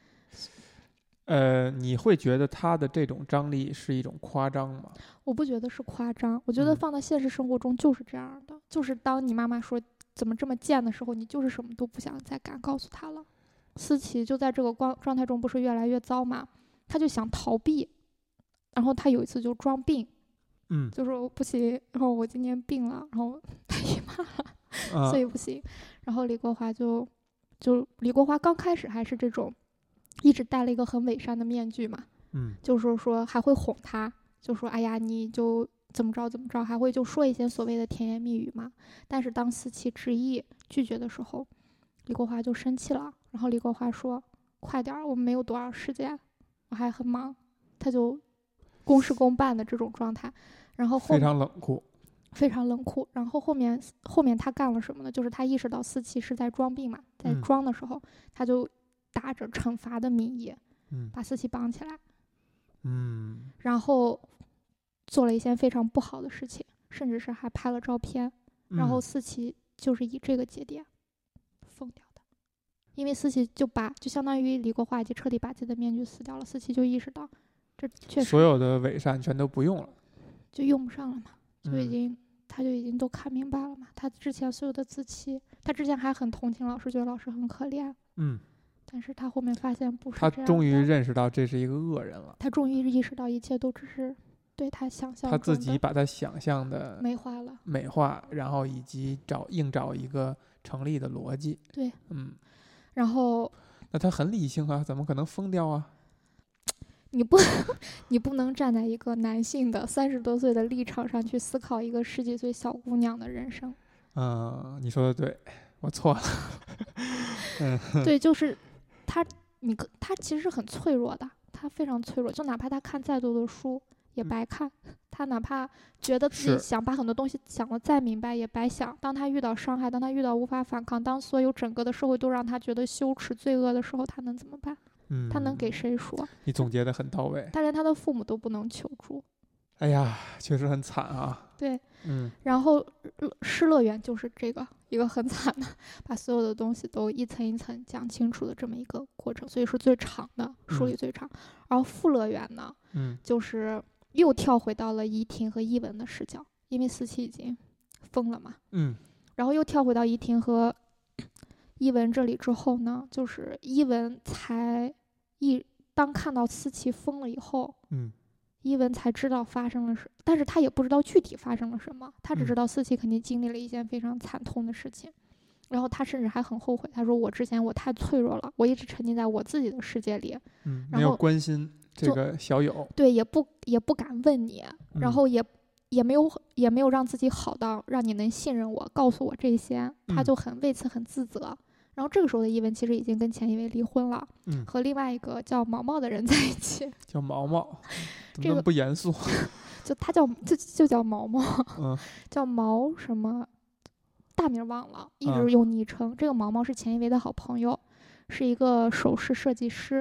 你会觉得他的这种张力是一种夸张吗？ 我不觉得是夸张，我觉得放到现实生活中就是这样的，就是当你妈妈说怎么这么贱的时候，你就是什么都不想再敢告诉她了。思琪就在这个状态中不是越来越糟嘛，他就想逃避，然后他有一次就装病，就说不行，然后我今天病了，然后他姨妈了，所以不行。然后李国华李国华刚开始还是这种一直戴了一个很伪善的面具嘛，就是说还会哄他，就说哎呀你就怎么着，还会就说一些所谓的甜言蜜语嘛。但是当思琪执意拒绝的时候，李国华就生气了，然后李国华说快点，我们没有多少时间，我还很忙，他就公事公办的这种状态，然后非常冷酷。 然后后面他干了什么呢？就是他意识到思琪是在装病嘛，在装的时候，他就打着惩罚的名义，把思琪绑起来，然后做了一些非常不好的事情，甚至是还拍了照片，然后思琪就是以这个节点疯掉的，因为思琪就相当于李国华已经彻底把自己的面具撕掉了，思琪就意识到这确实所有的伪善全都不用了， 就用不上了嘛，他就已经都看明白了嘛。他之前所有的自欺，他之前还很同情老师，觉得老师很可怜，但是他后面发现不是这样的， 他终于认识到这是一个恶人了， 他终于意识到一切都只是对他想象中的， 他自己把他想象的美化，然后以及硬找一个成立的逻辑。 对，然后那他很理性啊，怎么可能疯掉啊？ 你不能站在一个男性的30多岁的立场上去思考一个10几岁小姑娘的人生。 你说的对，我错了。 对，就是他其实很脆弱的，他非常脆弱，就哪怕他看再多的书也白看，他哪怕觉得自己想把很多东西想得再明白也白想。当他遇到伤害，当他遇到无法反抗，当所有整个的社会都让他觉得羞耻罪恶的时候，他能怎么办？他能给谁说？ 你总结得很到位。 他连他的父母都不能求助。 哎呀，确实很惨啊。 对，然后失乐园就是这个一个很惨的，把所有的东西都一层一层讲清楚的这么一个过程，所以是最长的，书里最长。然后副乐园呢，就是又跳回到了怡婷和伊文的视角，因为思琪已经疯了嘛，然后又跳回到怡婷和伊文这里之后呢，就是伊文当看到思琪疯了以后，伊文才知道发生了什么，但是他也不知道具体发生了什么，他只知道思琪肯定经历了一件非常惨痛的事情，然后他甚至还很后悔，他说我之前我太脆弱了，我一直沉浸在我自己的世界里， 没有关心这个小友， 对，也不敢问你，然后也没有让自己好到让你能信任我，告诉我这些，他就为此很自责。然后这个时候的伊文其实已经跟前一位离婚了，和另外一个叫毛毛的人在一起。 叫毛毛，怎么那么不严肃？ 就他就叫毛毛，叫毛什么，大名忘了，一直用昵称。这个毛毛是前一位的好朋友，是一个首饰设计师。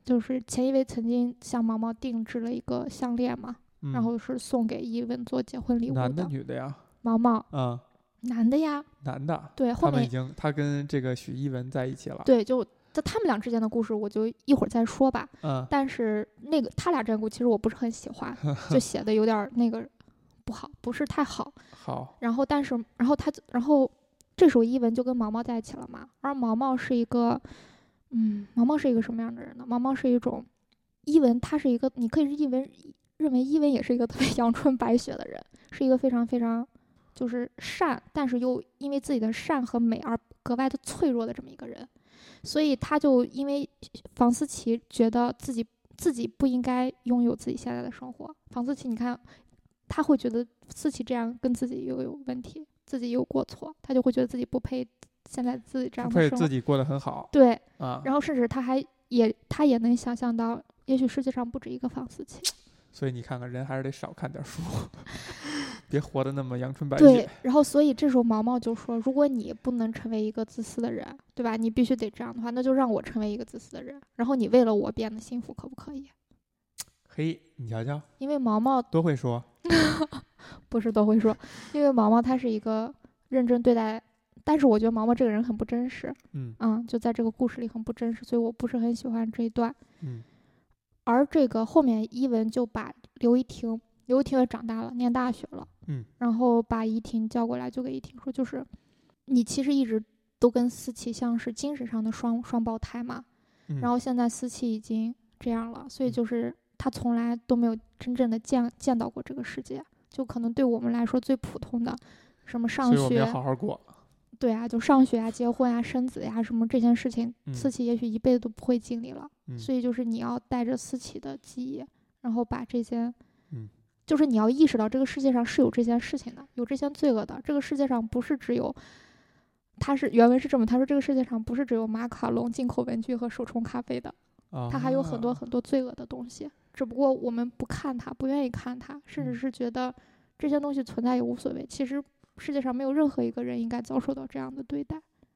就是钱一威曾经向毛毛定制了一个项链嘛，然后是送给伊文做结婚礼物的。 男的女的呀？ 毛毛。男的呀。 男的。 对，后面他跟这个许一文在一起了。 对，就在他们俩之间的故事，我就一会儿再说吧。但是那个他俩这段故事其实我不是很喜欢，就写的有点那个不好，不是太好。 好。 然后这时候伊文就跟毛毛在一起了嘛。而毛毛是一个什么样的人呢？毛毛是一种伊文，他是一个你可以认为伊文也是一个特别阳春白雪的人，是一个非常非常就是善，但是又因为自己的善和美而格外的脆弱的这么一个人。所以他就因为房思琪觉得自己不应该拥有自己现在的生活。房思琪你看他会觉得思琪这样跟自己又有问题，自己有过错，他就会觉得自己不配现在自己这样的生活， 不配自己过得很好。 对然后甚至他也能想象到也许世界上不止一个房思琪。 所以你看看人还是得少看点书别活得那么阳春白雪。对，然后所以这时候毛毛就说，如果你不能成为一个自私的人，对吧，你必须得这样的话，那就让我成为一个自私的人，然后你为了我变得幸福，可不可以？ 嘿，你瞧瞧， 因为毛毛多会说不是多会说，因为毛毛他是一个认真对待，但是我觉得毛毛这个人很不真实。就在这个故事里很不真实，所以我不是很喜欢这一段。而这个后面伊文就把刘一婷也长大了，念大学了。然后把依婷叫过来，就给依婷说，就是你其实一直都跟思琪像是精神上的双胞胎嘛。然后现在思琪已经这样了，所以就是他从来都没有真正的见到过这个世界，就可能对我们来说最普通的什么上学， 所以我们要好好过。 对啊，就上学啊、结婚啊、生子呀、什么这件事情，思琪也许一辈子都不会经历了。所以就是你要带着思琪的记忆，然后把这些，就是你要意识到这个世界上是有这件事情的，有这些罪恶的。这个世界上不是只有，原文是这么，他说这个世界上不是只有马卡龙、进口文具和手冲咖啡的，它还有很多很多罪恶的东西，只不过我们不看它，不愿意看它，甚至是觉得这些东西存在也无所谓。其实世界上没有任何一个人应该遭受到这样的对待。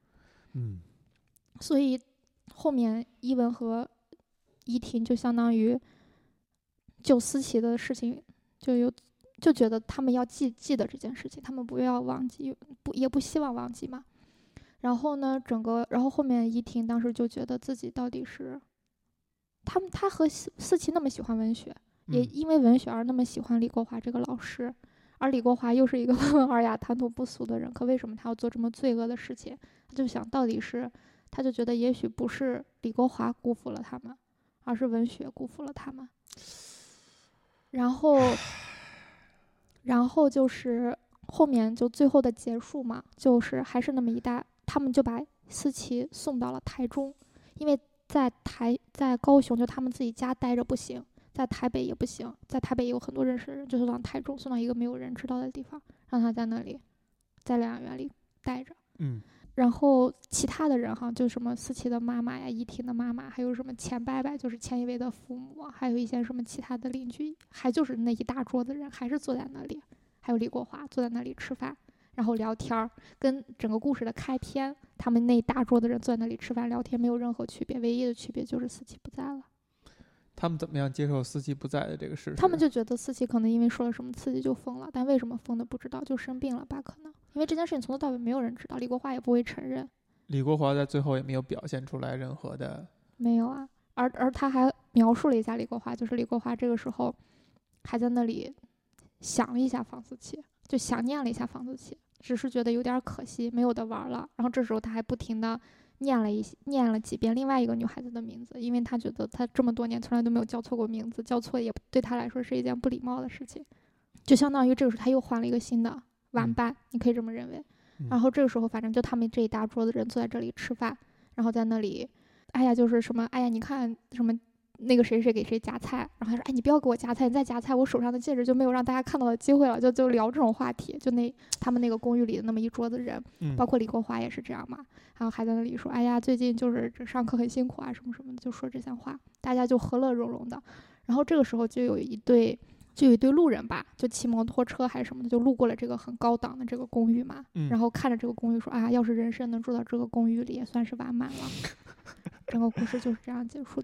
所以后面伊文和依婷就相当于就思琪的事情就觉得他们要记得这件事情，他们不要忘记，也不希望忘记嘛。然后呢，然后后面依婷当时就觉得自己到底是他和思琪那么喜欢文学，也因为文学而那么喜欢李国华这个老师，而李国华又是一个温文尔雅、谈吐不俗的人，可为什么他要做这么罪恶的事情？他就想到底是，他就觉得也许不是李国华辜负了他们，而是文学辜负了他们。然后就是后面就最后的结束嘛，就是还是那么他们就把思琪送到了台中，因为在高雄就他们自己家待着不行，在台北也不行，在台北也有很多认识的人，就送到台中，送到一个没有人知道的地方，让他在那里在疗养院里待着。然后其他的人就什么思琪的妈妈呀、依婷的妈妈，还有什么钱伯伯，就是钱一威的父母，还有一些什么其他的邻居，还就是那一大桌子人还是坐在那里，还有李国华坐在那里吃饭，然后聊天，跟整个故事的开篇他们那一大桌子人坐在那里吃饭聊天没有任何区别，唯一的区别就是思琪不在了。 他们怎么样接受思琪不在的这个事实？ 他们就觉得思琪可能因为说了什么刺激就疯了，但为什么疯的不知道，就生病了吧？可能因为这件事情从头到尾没有人知道，李国华也不会承认。 李国华在最后也没有表现出来任何的。 没有啊，而他还描述了一下李国华，就是李国华这个时候还在那里想了一下房思琪，就想念了一下房思琪，只是觉得有点可惜，没有得玩了。然后这时候他还不停的念了几遍另外一个女孩子的名字，因为他觉得他这么多年从来都没有叫错过名字，叫错也对他来说是一件不礼貌的事情，就相当于这个时候他又换了一个新的玩伴，你可以这么认为。然后这个时候反正就他们这一大桌子人坐在这里吃饭，然后在那里哎呀就是什么哎呀你看什么那个谁谁给谁夹菜，然后他说哎你不要给我夹菜，你再夹菜我手上的戒指就没有让大家看到的机会了，就聊这种话题，就他们那个公寓里的那么一桌子人，包括李国华也是这样嘛，然后还在那里说哎呀最近就是上课很辛苦啊什么什么的，就说这些话，大家就和乐融融的。然后这个时候就有一对路人吧，就骑摩托车还是什么的，就路过了这个很高档的这个公寓嘛，然后看着这个公寓说啊，要是人生能住到这个公寓里也算是完满了。整个故事就是这样结束的。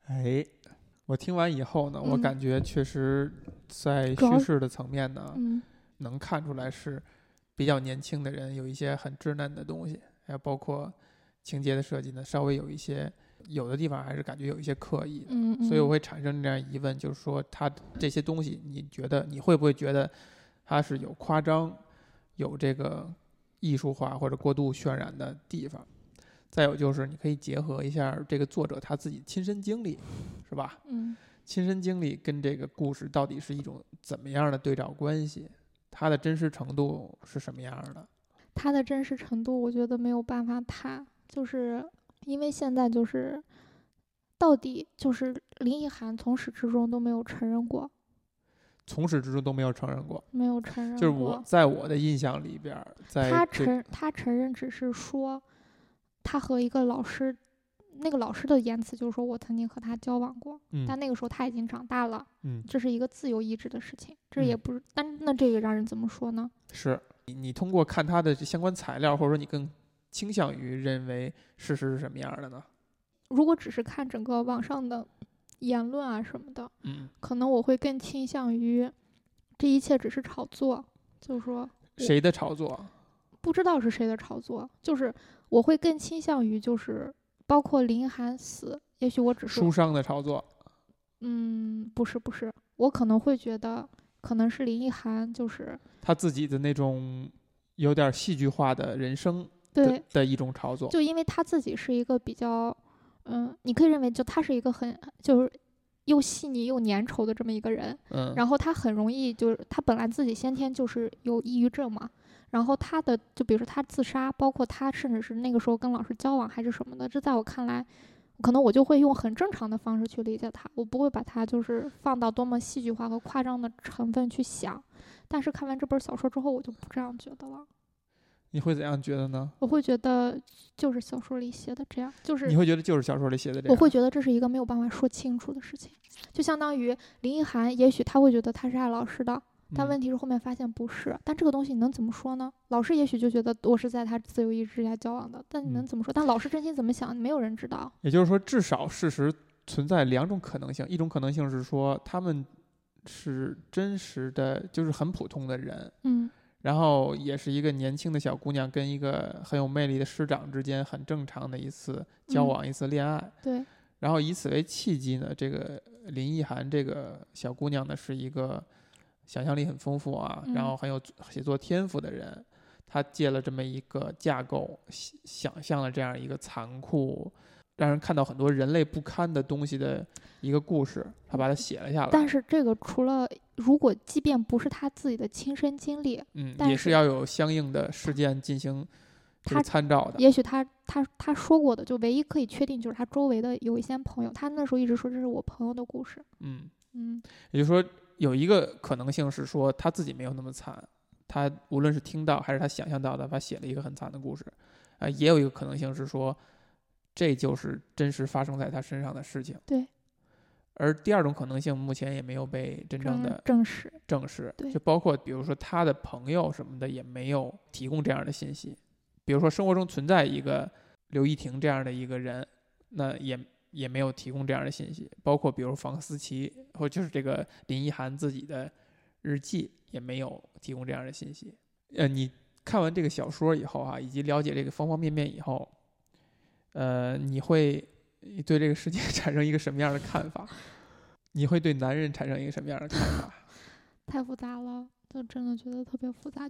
哎，我听完以后呢，我感觉确实在叙事的层面呢，能看出来是比较年轻的人有一些很稚嫩的东西，还有包括情节的设计呢，稍微有一些，有的地方还是感觉有一些刻意的，所以我会产生这样疑问，就是说他这些东西，你会不会觉得它是有夸张，有这个艺术化或者过度渲染的地方？再有就是你可以结合一下这个作者他自己亲身经历，是吧？亲身经历跟这个故事到底是一种怎么样的对照关系？它的真实程度是什么样的？ 它的真实程度，我觉得没有办法谈，就是因为现在就是到底就是林奕含从始至终都没有承认过。 从始至终都没有承认过， 没有承认过。 就是在我的印象里边， 他承认只是说，他和一个老师，那个老师的言辞就是说我曾经和他交往过，但那个时候他已经长大了，这是一个自由意志的事情，这也不是，那这个让人怎么说呢？ 是你通过看他的相关材料，或者说你更倾向于认为事实是什么样的呢？ 如果只是看整个网上的言论啊什么的，可能我会更倾向于这一切只是炒作，就是说谁的炒作？ 不知道是谁的炒作，就是我会更倾向于就是包括林奕含死，也许我只是书商的炒作。 不是，我可能会觉得可能是林奕含就是他自己的那种有点戏剧化的人生的一种炒作， 就因为他自己是一个比较你可以认为就他是一个很就是又细腻又粘稠的这么一个人，然后他很容易就是他本来自己先天就是有抑郁症嘛，然后他的就比如说他自杀，包括他甚至是那个时候跟老师交往还是什么的，这在我看来可能我就会用很正常的方式去理解他，我不会把他就是放到多么戏剧化和夸张的成分去想，但是看完这本小说之后我就不这样觉得了。 你会怎样觉得呢？ 我会觉得就是小说里写的这样，就是你会觉得就是小说里写的这样。 我会觉得这是一个没有办法说清楚的事情，就相当于林奕含，也许他会觉得他是爱老师的，但问题是后面发现不是，但这个东西你能怎么说呢？老师也许就觉得我是在他自由意志下交往的，但你能怎么说？但老师真心怎么想，没有人知道。 也就是说，至少事实存在两种可能性，一种可能性是说他们是真实的，就是很普通的人，然后也是一个年轻的小姑娘跟一个很有魅力的师长之间很正常的一次交往，一次恋爱。 对。 然后以此为契机呢，这个林奕含这个小姑娘呢是一个想象力很丰富啊，然后很有写作天赋的人，她借了这么一个架构，想象了这样一个残酷，让人看到很多人类不堪的东西的一个故事，他把它写了下来。 但是这个除了如果即便不是他自己的亲身经历， 也是要有相应的事件进行这个参照的。 也许他说过的，就唯一可以确定就是他周围的有一些朋友，他那时候一直说这是我朋友的故事。 也就是说有一个可能性是说他自己没有那么惨，他无论是听到还是他想象到的，他写了一个很惨的故事。也有一个可能性是说这就是真实发生在他身上的事情。 对。 而第二种可能性目前也没有被真正的证实， 就包括比如说他的朋友什么的也没有提供这样的信息。比如说生活中存在一个刘亦婷这样的一个人，那也没有提供这样的信息。包括比如房思琪或就是这个林奕含自己的日记也没有提供这样的信息。你看完这个小说以后啊，以及了解这个方方面面以后，你会对这个世界产生一个什么样的看法？你会对男人产生一个什么样的看法？ 太复杂了，就真的觉得特别复杂。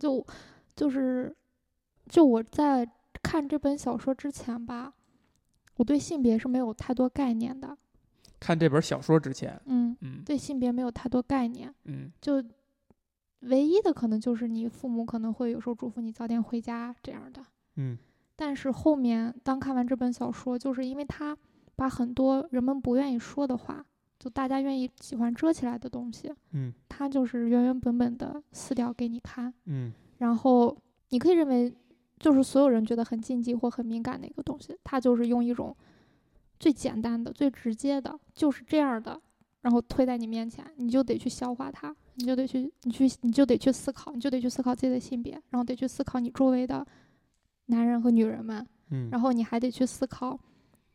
就我在看这本小说之前吧，我对性别是没有太多概念的。 看这本小说之前， 对性别没有太多概念。就唯一的可能就是你父母可能会有时候嘱咐你早点回家这样的。但是后面当看完这本小说，就是因为他把很多人们不愿意说的话，就大家喜欢遮起来的东西，他就是原原本本的撕掉给你看。然后你可以认为就是所有人觉得很禁忌或很敏感的一个东西，他就是用一种最简单的最直接的就是这样的，然后推在你面前，你就得去消化它，你就得去思考，你就得去思考自己的性别，然后得去思考你周围的男人和女人们，然后你还得去思考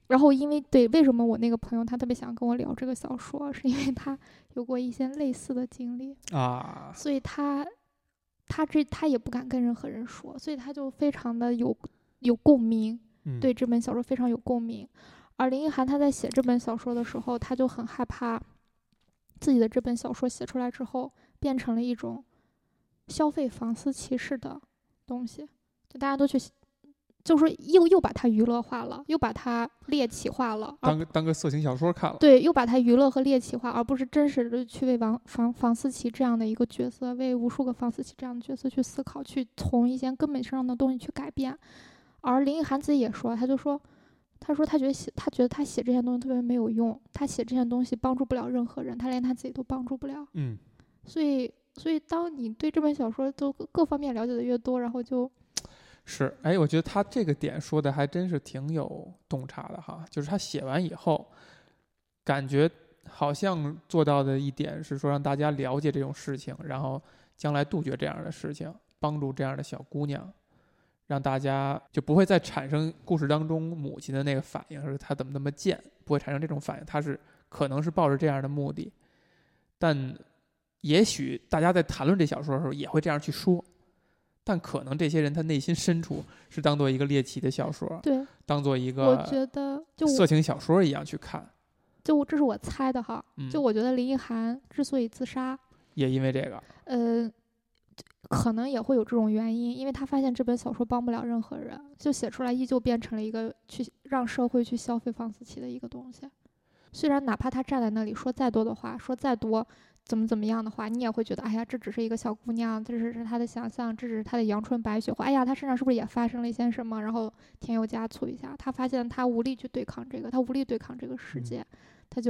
然后因为为什么我那个朋友他特别想跟我聊这个小说，是因为他有过一些类似的经历啊， 所以他也不敢跟任何人说，所以他就非常的有共鸣，对这本小说非常有共鸣。而林奕含他在写这本小说的时候，他就很害怕自己的这本小说写出来之后变成了一种消费房思琪式的东西，就大家都去，就是又把它娱乐化了，又把它猎奇化了， 当个色情小说看了。 对，又把它娱乐和猎奇化，而不是真实的去为房思琪这样的一个角色，为无数个房思琪这样的角色去思考，去从一些根本上的东西去改变。而林奕含自己也说，他觉得他写这些东西特别没有用，他写这些东西帮助不了任何人，他连他自己都帮助不了。所以当你对这本小说都各方面了解的越多，然后是，我觉得他这个点说的还真是挺有洞察的哈。就是他写完以后，感觉好像做到的一点是说让大家了解这种事情，然后将来杜绝这样的事情，帮助这样的小姑娘，让大家就不会再产生故事当中母亲的那个反应，是她怎么那么贱，不会产生这种反应。她是可能是抱着这样的目的，但也许大家在谈论这小说的时候也会这样去说。但可能这些人他内心深处是当做一个猎奇的小说， 对， 当做一个我觉得就色情小说一样去看。 这是我猜的哈，就我觉得林奕含之所以自杀， 也因为这个， 可能也会有这种原因，因为他发现这本小说帮不了任何人，就写出来依旧变成了一个去让社会去消费房思琪的一个东西。虽然哪怕他站在那里说再多的话，说再多怎么样的话，你也会觉得，哎呀，这只是一个小姑娘，这只是她的想象，这只是她的阳春白雪，或哎呀，她身上是不是也发生了一些什么？然后添油加醋一下，他发现他无力去对抗这个，他无力对抗这个世界，他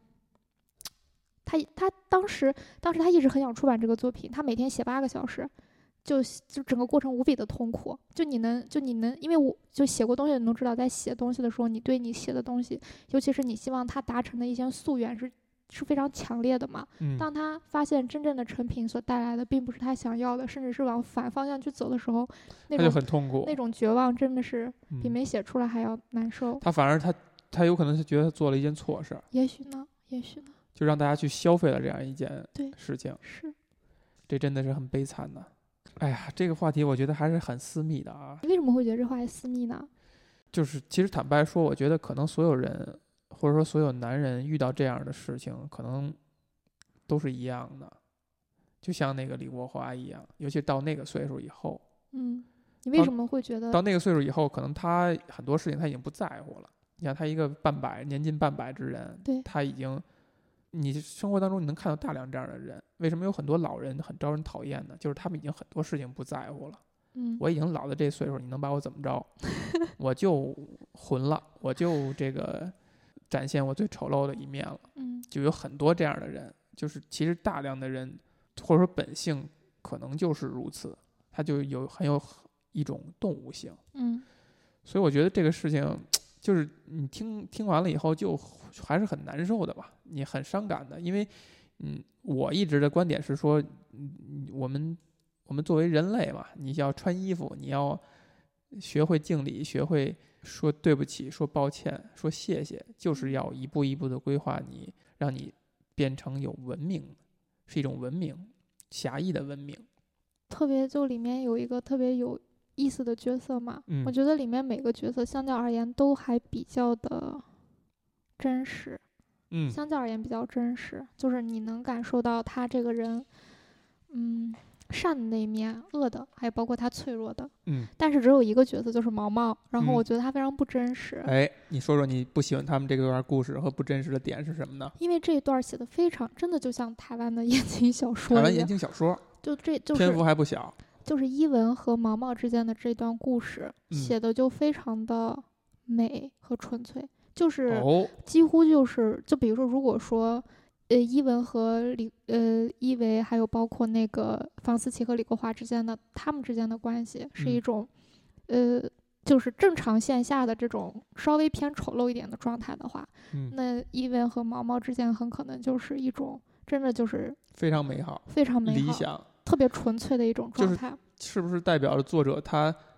当时他一直很想出版这个作品，他每天写8个小时，就整个过程无比的痛苦。就你能，因为我就写过东西，你能知道，在写东西的时候，你对你写的东西，尤其是你希望他达成的一些夙愿是非常强烈的嘛。当他发现真正的成品所带来的并不是他想要的，甚至是往反方向去走的时候， 他就很痛苦， 那种绝望真的是比没写出来还要难受。 他反而他有可能是觉得他做了一件错事， 也许呢， 就让大家去消费了这样一件事情。 是， 这真的是很悲惨的。哎呀，这个话题我觉得还是很私密的啊。 你为什么会觉得这话题私密呢？ 就是其实坦白说，我觉得可能所有人或者说所有男人遇到这样的事情，可能都是一样的，就像那个李国华一样，尤其到那个岁数以后。 你为什么会觉得到那个岁数以后，可能他很多事情他已经不在乎了。你看他一个年近半百之人， 对， 他已经，你生活当中你能看到大量这样的人。为什么有很多老人很招人讨厌呢？就是他们已经很多事情不在乎了。我已经老到这岁数，你能把我怎么着？我就混了，我就这个展现我最丑陋的一面了。就有很多这样的人，就是其实大量的人或者说本性可能就是如此，他就很有一种动物性。所以我觉得这个事情就是你听完了以后就还是很难受的吧，你很伤感的。因为我一直的观点是说，我们作为人类嘛，你要穿衣服，你要学会敬礼，学会说对不起，说抱歉，说谢谢，就是要一步一步的规划你，让你变成有文明，是一种文明，狭义的文明。 特别就里面有一个特别有意思的角色嘛，我觉得里面每个角色相较而言都还比较的真实。相较而言比较真实，就是你能感受到他这个人，善的那一面，恶的，还有包括他脆弱的。但是只有一个角色，就是毛毛，然后我觉得他非常不真实。 你说说你不喜欢他们这段故事和不真实的点是什么呢？ 因为这一段写的非常，真的就像台湾的言情小说一样。 台湾言情小说，就是篇幅还不小。 就是伊文和毛毛之间的这段故事，写的就非常的美和纯粹。就是几乎就比如说，如果说伊文和伊维还有包括那个房思琪和李国华之间的他们之间的关系是一种就是正常线下的这种稍微偏丑陋一点的状态的话，那伊文和毛毛之间很可能就是一种真的就是非常美好、 非常美好、 理想、 特别纯粹的一种状态。 是不是代表着作者他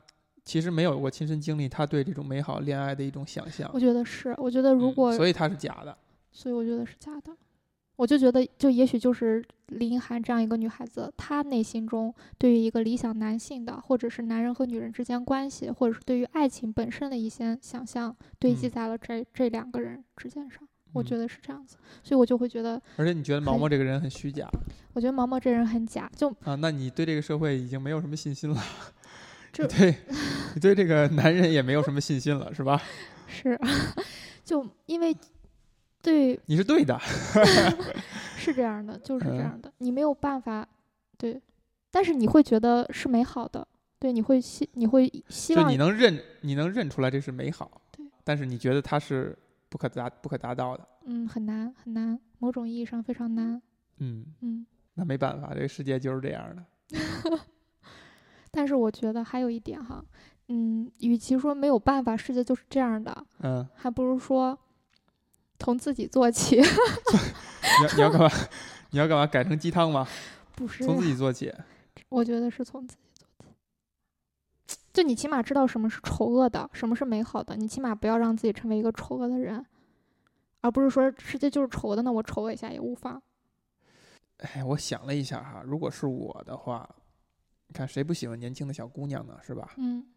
其实没有过亲身经历，他对这种美好恋爱的一种想象。 我觉得是，我觉得如果、 所以他是假的。 所以我觉得是假的。我就觉得，就也许就是林涵这样一个女孩子，她内心中对于一个理想男性的，或者是男人和女人之间关系，或者是对于爱情本身的一些想象，堆积在了这两个人之间上。我觉得是这样子，所以我就会觉得。 而且你觉得毛毛这个人很虚假？ 我觉得毛毛这人很假，就那你对这个社会已经没有什么信心了。你对这个男人也没有什么信心了，是吧？ 是，就因为对你是对的。 是这样的，就是这样的，你没有办法，对，但是你会觉得是美好的，对，你会希望， 就你能认出来这是美好， 对， 但是你觉得它是不可达到的。 很难很难，某种意义上非常难。 那没办法，这个世界就是这样的。 但是我觉得还有一点哈，与其说没有办法，世界就是这样的，还不如说从自己做起。 你要干嘛？你要干嘛？改成鸡汤吗？ 不是， 从自己做起。 我觉得是从自己做起。就你起码知道什么是丑恶的，什么是美好的，你起码不要让自己成为一个丑恶的人，而不是说世界就是丑的，那我丑恶一下也无妨。 我想了一下哈，如果是我的话，你看谁不喜欢年轻的小姑娘呢，是吧？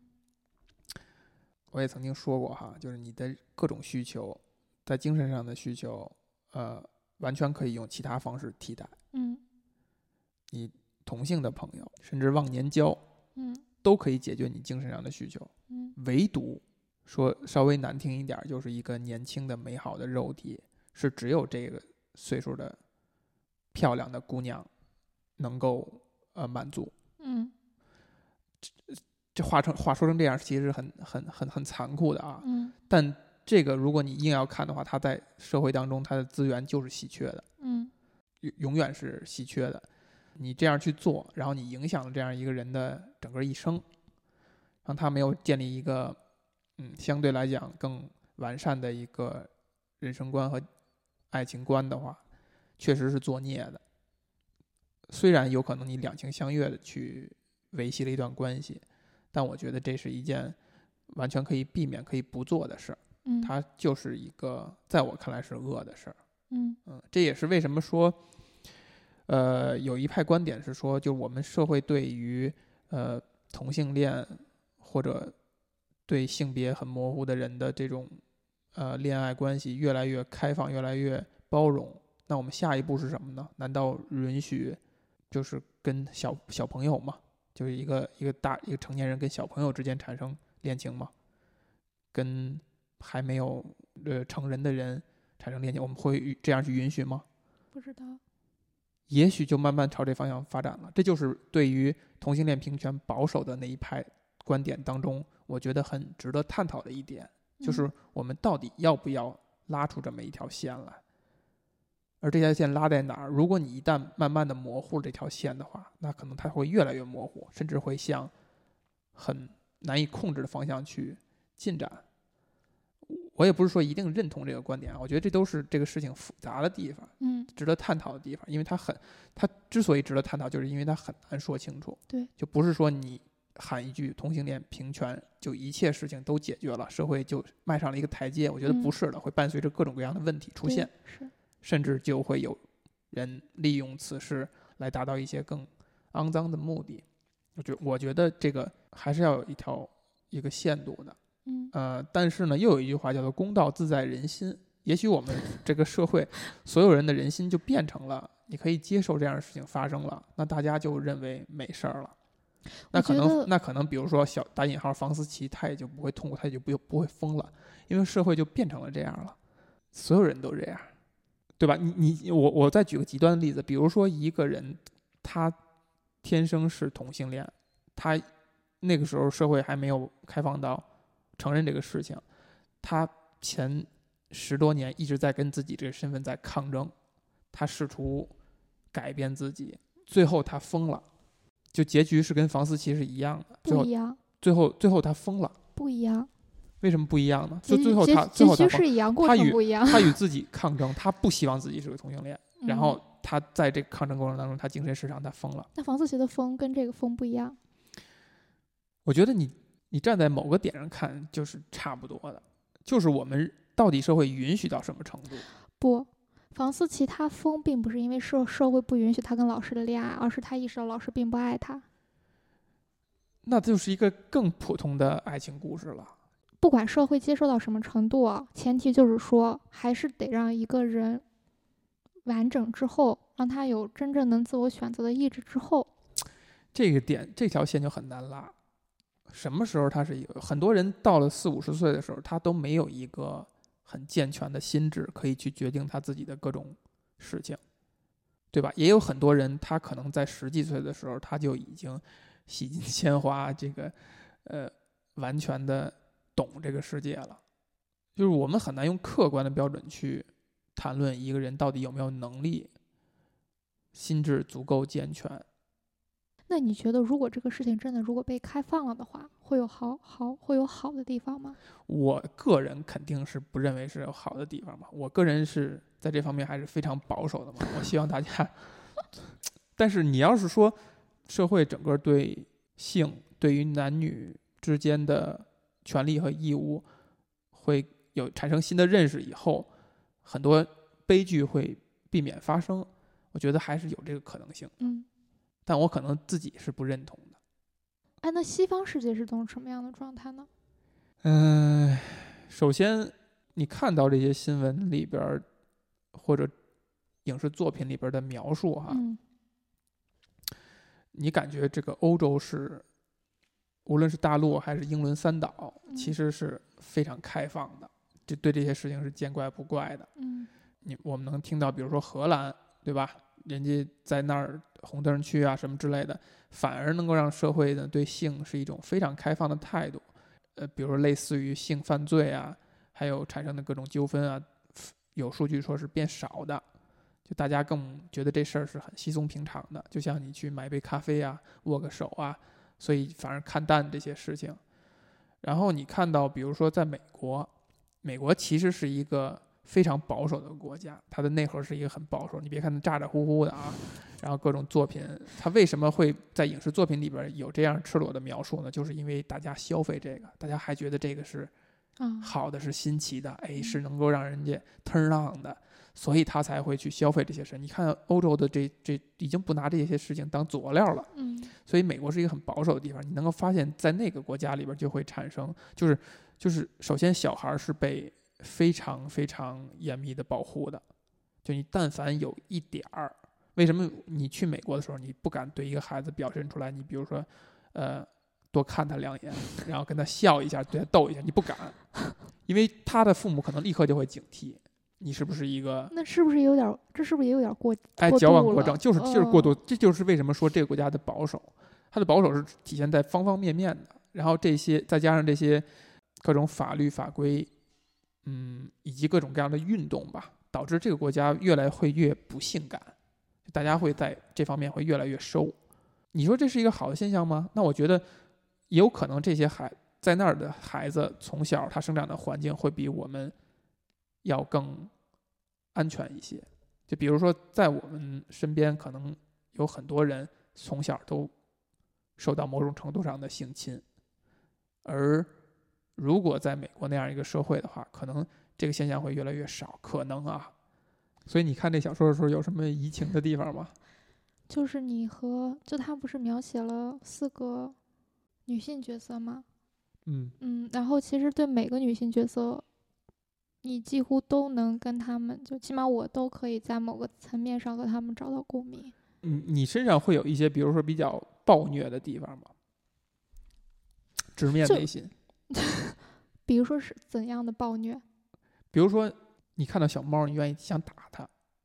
我也曾经说过哈，就是你的各种需求，在精神上的需求，完全可以用其他方式替代。你同性的朋友，甚至忘年交，都可以解决你精神上的需求。唯独说稍微难听一点，就是一个年轻的美好的肉体，是只有这个岁数的漂亮的姑娘能够满足。这话说成这样，其实是很残酷的啊。但这个如果你硬要看的话，它在社会当中，它的资源就是稀缺的。永远是稀缺的。你这样去做，然后你影响了这样一个人的整个一生，让他没有建立一个相对来讲更完善的一个人生观和爱情观的话，确实是作孽的。虽然有可能你两情相悦的去维系了一段关系，但我觉得这是一件完全可以避免可以不做的事儿。它就是一个在我看来是恶的事儿。这也是为什么说有一派观点是说，就我们社会对于同性恋或者对性别很模糊的人的这种恋爱关系越来越开放，越来越包容。那我们下一步是什么呢？难道允许就是跟小朋友嘛，就是一个成年人跟小朋友之间产生恋情吗？跟还没有成人的人产生恋情，我们会这样去允许吗？ 不知道。 也许就慢慢朝这方向发展了。这就是对于同性恋平权保守的那一派观点当中，我觉得很值得探讨的一点，就是我们到底要不要拉出这么一条线来。而这条线拉在哪儿？如果你一旦慢慢的模糊这条线的话，那可能它会越来越模糊，甚至会向很难以控制的方向去进展。我也不是说一定认同这个观点啊，我觉得这都是这个事情复杂的地方，值得探讨的地方。因为它之所以值得探讨，就是因为它很难说清楚。 对， 就不是说你喊一句同性恋平权，就一切事情都解决了，社会就迈上了一个台阶。我觉得不是的，会伴随着各种各样的问题出现，甚至就会有人利用此事来达到一些更肮脏的目的。我觉得这个还是要有一个限度的。但是呢，又有一句话叫做公道自在人心。也许我们这个社会所有人的人心就变成了你可以接受这样的事情发生了，那大家就认为没事儿了。那可能比如说小打引号房思琪，他也就不会痛苦，他也就不会疯了，因为社会就变成了这样了，所有人都这样，对吧？我再举个极端的例子，比如说一个人他天生是同性恋，他那个时候社会还没有开放到承认这个事情，他前10多年一直在跟自己这个身份在抗争，他试图改变自己，最后他疯了，就结局是跟房思琪是一样的。 不一样。 最后他疯了。不一样。 为什么不一样呢？就最后他是一样，过程不一样。 他与自己抗争，他不希望自己是个同性恋，然后他在这个抗争过程当中，他精神失常，他疯了。 那房思琪的疯跟这个疯不一样。 我觉得你你站在某个点上看就是差不多的，就是我们到底社会允许到什么程度？ 不，房思琪他疯并不是因为社会不允许他跟老师的恋爱，而是他意识到老师并不爱他。 那就是一个更普通的爱情故事了。 不管社会接受到什么程度啊，前提就是说，还是得让一个人完整之后，让他有真正能自我选择的意志之后， 这个点这条线就很难拉。什么时候他是一个？很多人到了40-50岁的时候，他都没有一个很健全的心智，可以去决定他自己的各种事情，对吧？也有很多人，他可能在10几岁的时候，他就已经洗尽铅华，这个完全的懂这个世界了。就是我们很难用客观的标准去谈论一个人到底有没有能力，心智足够健全。 那你觉得，如果这个事情真的如果被开放了的话，会有好的地方吗？ 我个人肯定是不认为是有好的地方嘛。我个人是在这方面还是非常保守的嘛。我希望大家，但是你要是说社会整个对性、对于男女之间的权利和义务会有产生新的认识以后，很多悲剧会避免发生。我觉得还是有这个可能性。但我可能自己是不认同的。 哎，那西方世界是种什么样的状态呢？ 首先你看到这些新闻里边或者影视作品里边的描述哈，你感觉这个欧洲是无论是大陆还是英伦三岛，其实是非常开放的，就对这些事情是见怪不怪的。我们能听到比如说荷兰，对吧？人家在那儿红灯区啊什么之类的，反而能够让社会呢对性是一种非常开放的态度。比如说类似于性犯罪啊，还有产生的各种纠纷啊，有数据说是变少的，就大家更觉得这事儿是很稀松平常的，就像你去买杯咖啡啊，握个手啊，所以反而看淡这些事情。然后你看到比如说在美国其实是一个非常保守的国家，它的内核是一个很保守，你别看它咋咋呼呼的啊，然后各种作品，它为什么会在影视作品里边有这样赤裸的描述呢？就是因为大家消费这个，大家还觉得这个是好的，是新奇的，是能够让人家 turn on 的，所以他才会去消费这些事。你看欧洲的这已经不拿这些事情当佐料了，所以美国是一个很保守的地方。你能够发现在那个国家里边就会产生，就是首先小孩是被非常非常严密的保护的，就你但凡有一点儿，为什么你去美国的时候你不敢对一个孩子表现出来？你比如说，多看他2眼，然后跟他笑一下，对他逗一下，你不敢，因为他的父母可能立刻就会警惕你是不是一个。 那是不是有点？这是不是也有点过？ 矫枉过正，就是过度。这就是为什么说这个国家的保守，它的保守是体现在方方面面的。然后这些再加上这些各种法律法规。以及各种各样的运动吧，导致这个国家越来越不性感，大家会在这方面会越来越收。你说这是一个好的现象吗？那我觉得也有可能这些在那儿的孩子从小他生长的环境会比我们要更安全一些。就比如说在我们身边可能有很多人从小都受到某种程度上的性侵，而如果在美国那样一个社会的话，可能这个现象会越来越少，可能啊。所以你看这小说的时候有什么移情的地方吗？ 就是他不是描写了4个女性角色吗？然后其实对每个女性角色，你几乎都能跟他们，就起码我都可以在某个层面上和他们找到共鸣。 你身上会有一些比如说比较暴虐的地方吗？直面内心。 比如说是怎样的暴虐？ 比如说你看到小猫你愿意想打它，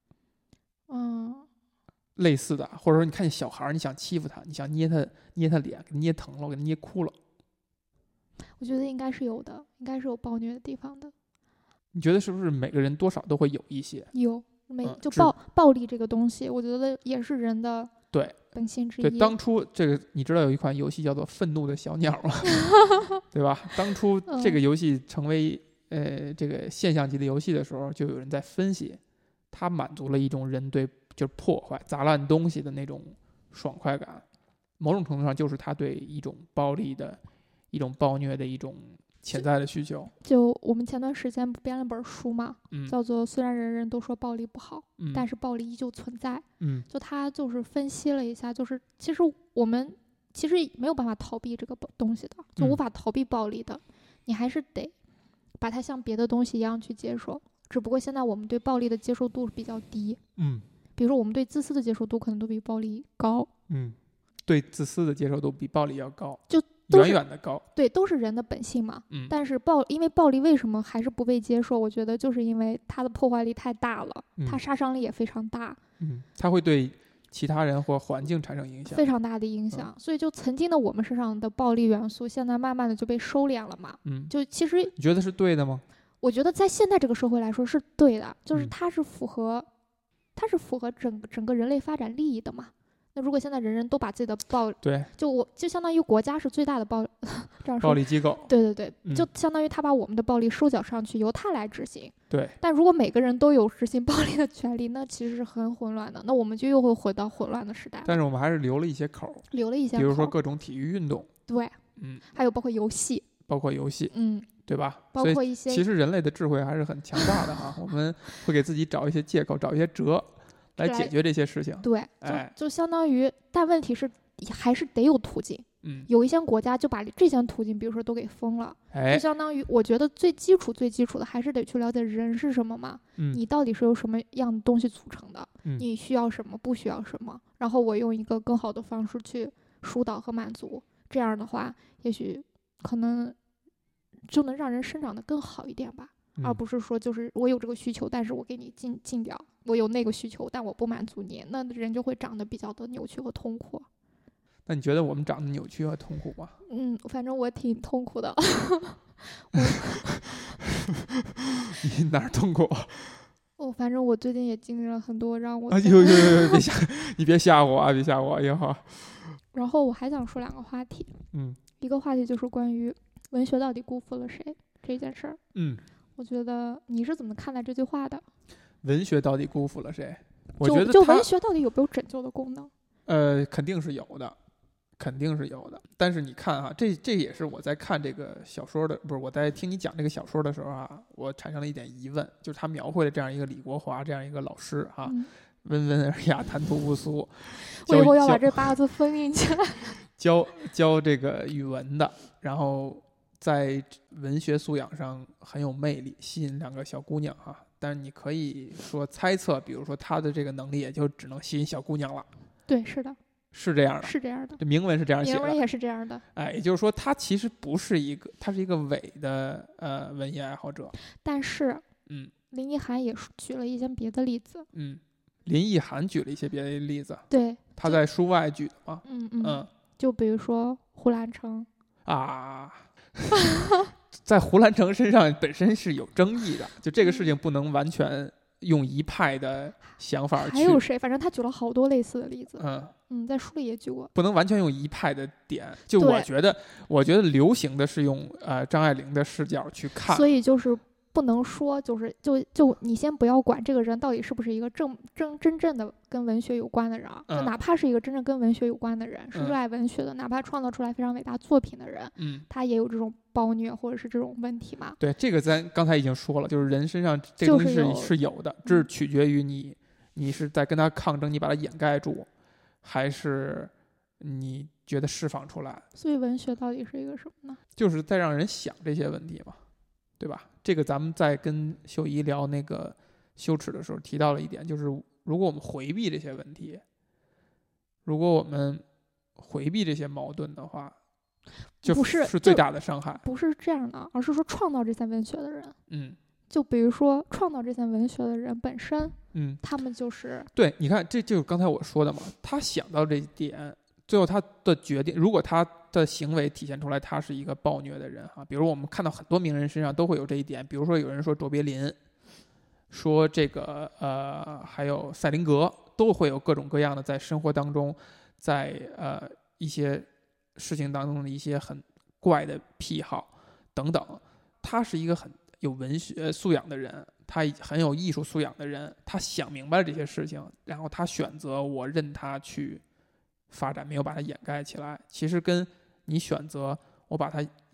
类似的，或者说你看见小孩你想欺负他，你想捏他脸，给他捏疼了，给他捏哭了。 我觉得应该是有的，应该是有暴虐的地方的。 你觉得是不是每个人多少都会有一些？ 有，就暴力这个东西，我觉得也是人的本性之一。 对，当初这个你知道有一款游戏叫做《愤怒的小鸟》吗？对吧？当初这个游戏成为这个现象级的游戏的时候，就有人在分析，它满足了一种人对就是破坏砸烂东西的那种爽快感，某种程度上就是它对一种暴力的一种暴虐的一种潜在的需求。 就我们前段时间不编了本书嘛，叫做《虽然人人都说暴力不好，但是暴力依旧存在》。就他就是分析了一下，就是其实我们其实没有办法逃避这个东西的，就无法逃避暴力的，你还是得把它像别的东西一样去接受。只不过现在我们对暴力的接受度比较低。比如说我们对自私的接受度可能都比暴力高。 对自私的接受度比暴力要高， 就远远的高。 对，都是人的本性嘛。但是因为暴力为什么还是不被接受？我觉得就是因为它的破坏力太大了，它杀伤力也非常大。 它会对其他人或环境产生影响， 非常大的影响。所以就曾经的我们身上的暴力元素，现在慢慢的就被收敛了嘛。就其实你觉得是对的吗？ 我觉得在现在这个社会来说是对的，就是它是符合整个人类发展利益的嘛。那如果现在人人都把自己的就相当于国家是最大的这样说暴力机构， 对，就相当于他把我们的暴力收缴上去，由他来执行。 对。 但如果每个人都有执行暴力的权利，那其实是很混乱的，那我们就又会回到混乱的时代。 但是我们还是留了一些口，比如说各种体育运动， 对，还有包括游戏，对吧？ 包括一些，其实人类的智慧还是很强大的哈。我们会给自己找一些借口，找一些辙来解决这些事情。 对，就相当于，但问题是还是得有途径。有一些国家就把这些途径，比如说都给封了。就相当于，我觉得最基础的还是得去了解人是什么嘛。你到底是由什么样的东西组成的？你需要什么，不需要什么？然后我用一个更好的方式去疏导和满足。这样的话，也许可能就能让人生长得更好一点吧。而不是说就是我有这个需求，但是我给你禁掉，我有那个需求，但我不满足你，那人就会长得比较的扭曲和痛苦。 那你觉得我们长得扭曲和痛苦吗？ 反正我挺痛苦的。 你哪儿痛苦？ 反正我最近也经历了很多让我你别吓我啊！别吓我也好。 然后我还想说2个话题。一个话题就是关于文学到底辜负了谁这件事儿。我觉得你是怎么看待这句话的？ 文学到底辜负了谁？我觉得就文学到底有没有拯救的功能？ 肯定是有的，肯定是有的。但是你看啊，这也是我在看这个小说的，不是我在听你讲这个小说的时候啊，我产生了一点疑问，就是他描绘了这样一个李国华这样一个老师啊，温文尔雅，谈吐不俗。 我以后要把这8个字封印起来。 教这个语文的，然后在文学素养上很有魅力，吸引2个小姑娘哈。但是你可以说猜测，比如说他的这个能力也就只能吸引小姑娘了。 对，是的， 是这样的， 是这样的。 这铭文是这样写的， 铭文也是这样的。 也就是说，他其实不是他是一个伪的文艺爱好者。 但是，林奕涵也举了一些别的例子。 林奕涵举了一些别的例子。 对， 他在书外举的嘛。 就比如说胡兰成啊。在胡兰成身上本身是有争议的，就这个事情不能完全用一派的想法去。 还有谁？反正他举了好多类似的例子。在书里也举过。 不能完全用一派的点。就我觉得流行的是用张爱玲的视角去看。 所以就是不能说就你先不要管这个人到底是不是一个真正的跟文学有关的人啊，就哪怕是一个真正跟文学有关的人，是热爱文学的，哪怕创造出来非常伟大作品的人，他也有这种暴虐或者是这种问题嘛。 对，这个咱刚才已经说了，就是人身上这个东西是有的，这是取决于你是在跟他抗争，你把它掩盖住，还是你觉得释放出来。 所以文学到底是一个什么呢？ 就是在让人想这些问题嘛，对吧？这个咱们在跟秀姨聊那个羞耻的时候提到了一点，就是如果我们回避这些问题，如果我们回避这些矛盾的话，就是最大的伤害。 不是这样的，而是说创造这些文学的人，就比如说创造这些文学的人本身，他们就是对。你看，这就是刚才我说的嘛，他想到这一点，最后他的决定，如果他的行为体现出来他是一个暴虐的人哈，比如我们看到很多名人身上都会有这一点，比如说有人说卓别林，说这个还有赛林格，都会有各种各样的在生活当中，在一些事情当中的一些很怪的癖好等等。他是一个很有文学素养的人，他很有艺术素养的人，他想明白了这些事情，然后他选择我任他去发展，没有把它掩盖起来。其实跟你选择我把它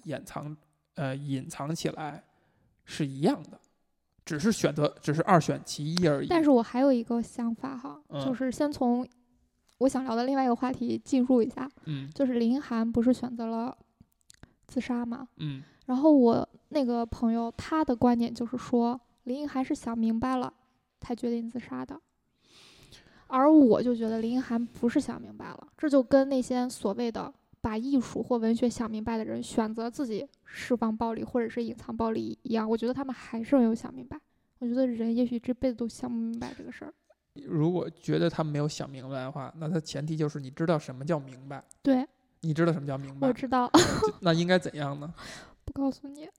隐藏起来是一样的，只是二选其一而已。 但是我还有一个想法哈，就是先从我想聊的另外一个话题进入一下，就是林涵不是选择了自杀吗？然后我那个朋友他的观点就是说，林涵是想明白了才决定自杀的，而我就觉得林涵不是想明白了，这就跟那些所谓的把艺术或文学想明白的人选择自己释放暴力或者是隐藏暴力一样，我觉得他们还是没有想明白。我觉得人也许这辈子都想不明白这个事儿。 如果觉得他没有想明白的话，那他前提就是你知道什么叫明白。 对， 你知道什么叫明白？ 我知道。 那应该怎样呢？ 不告诉你。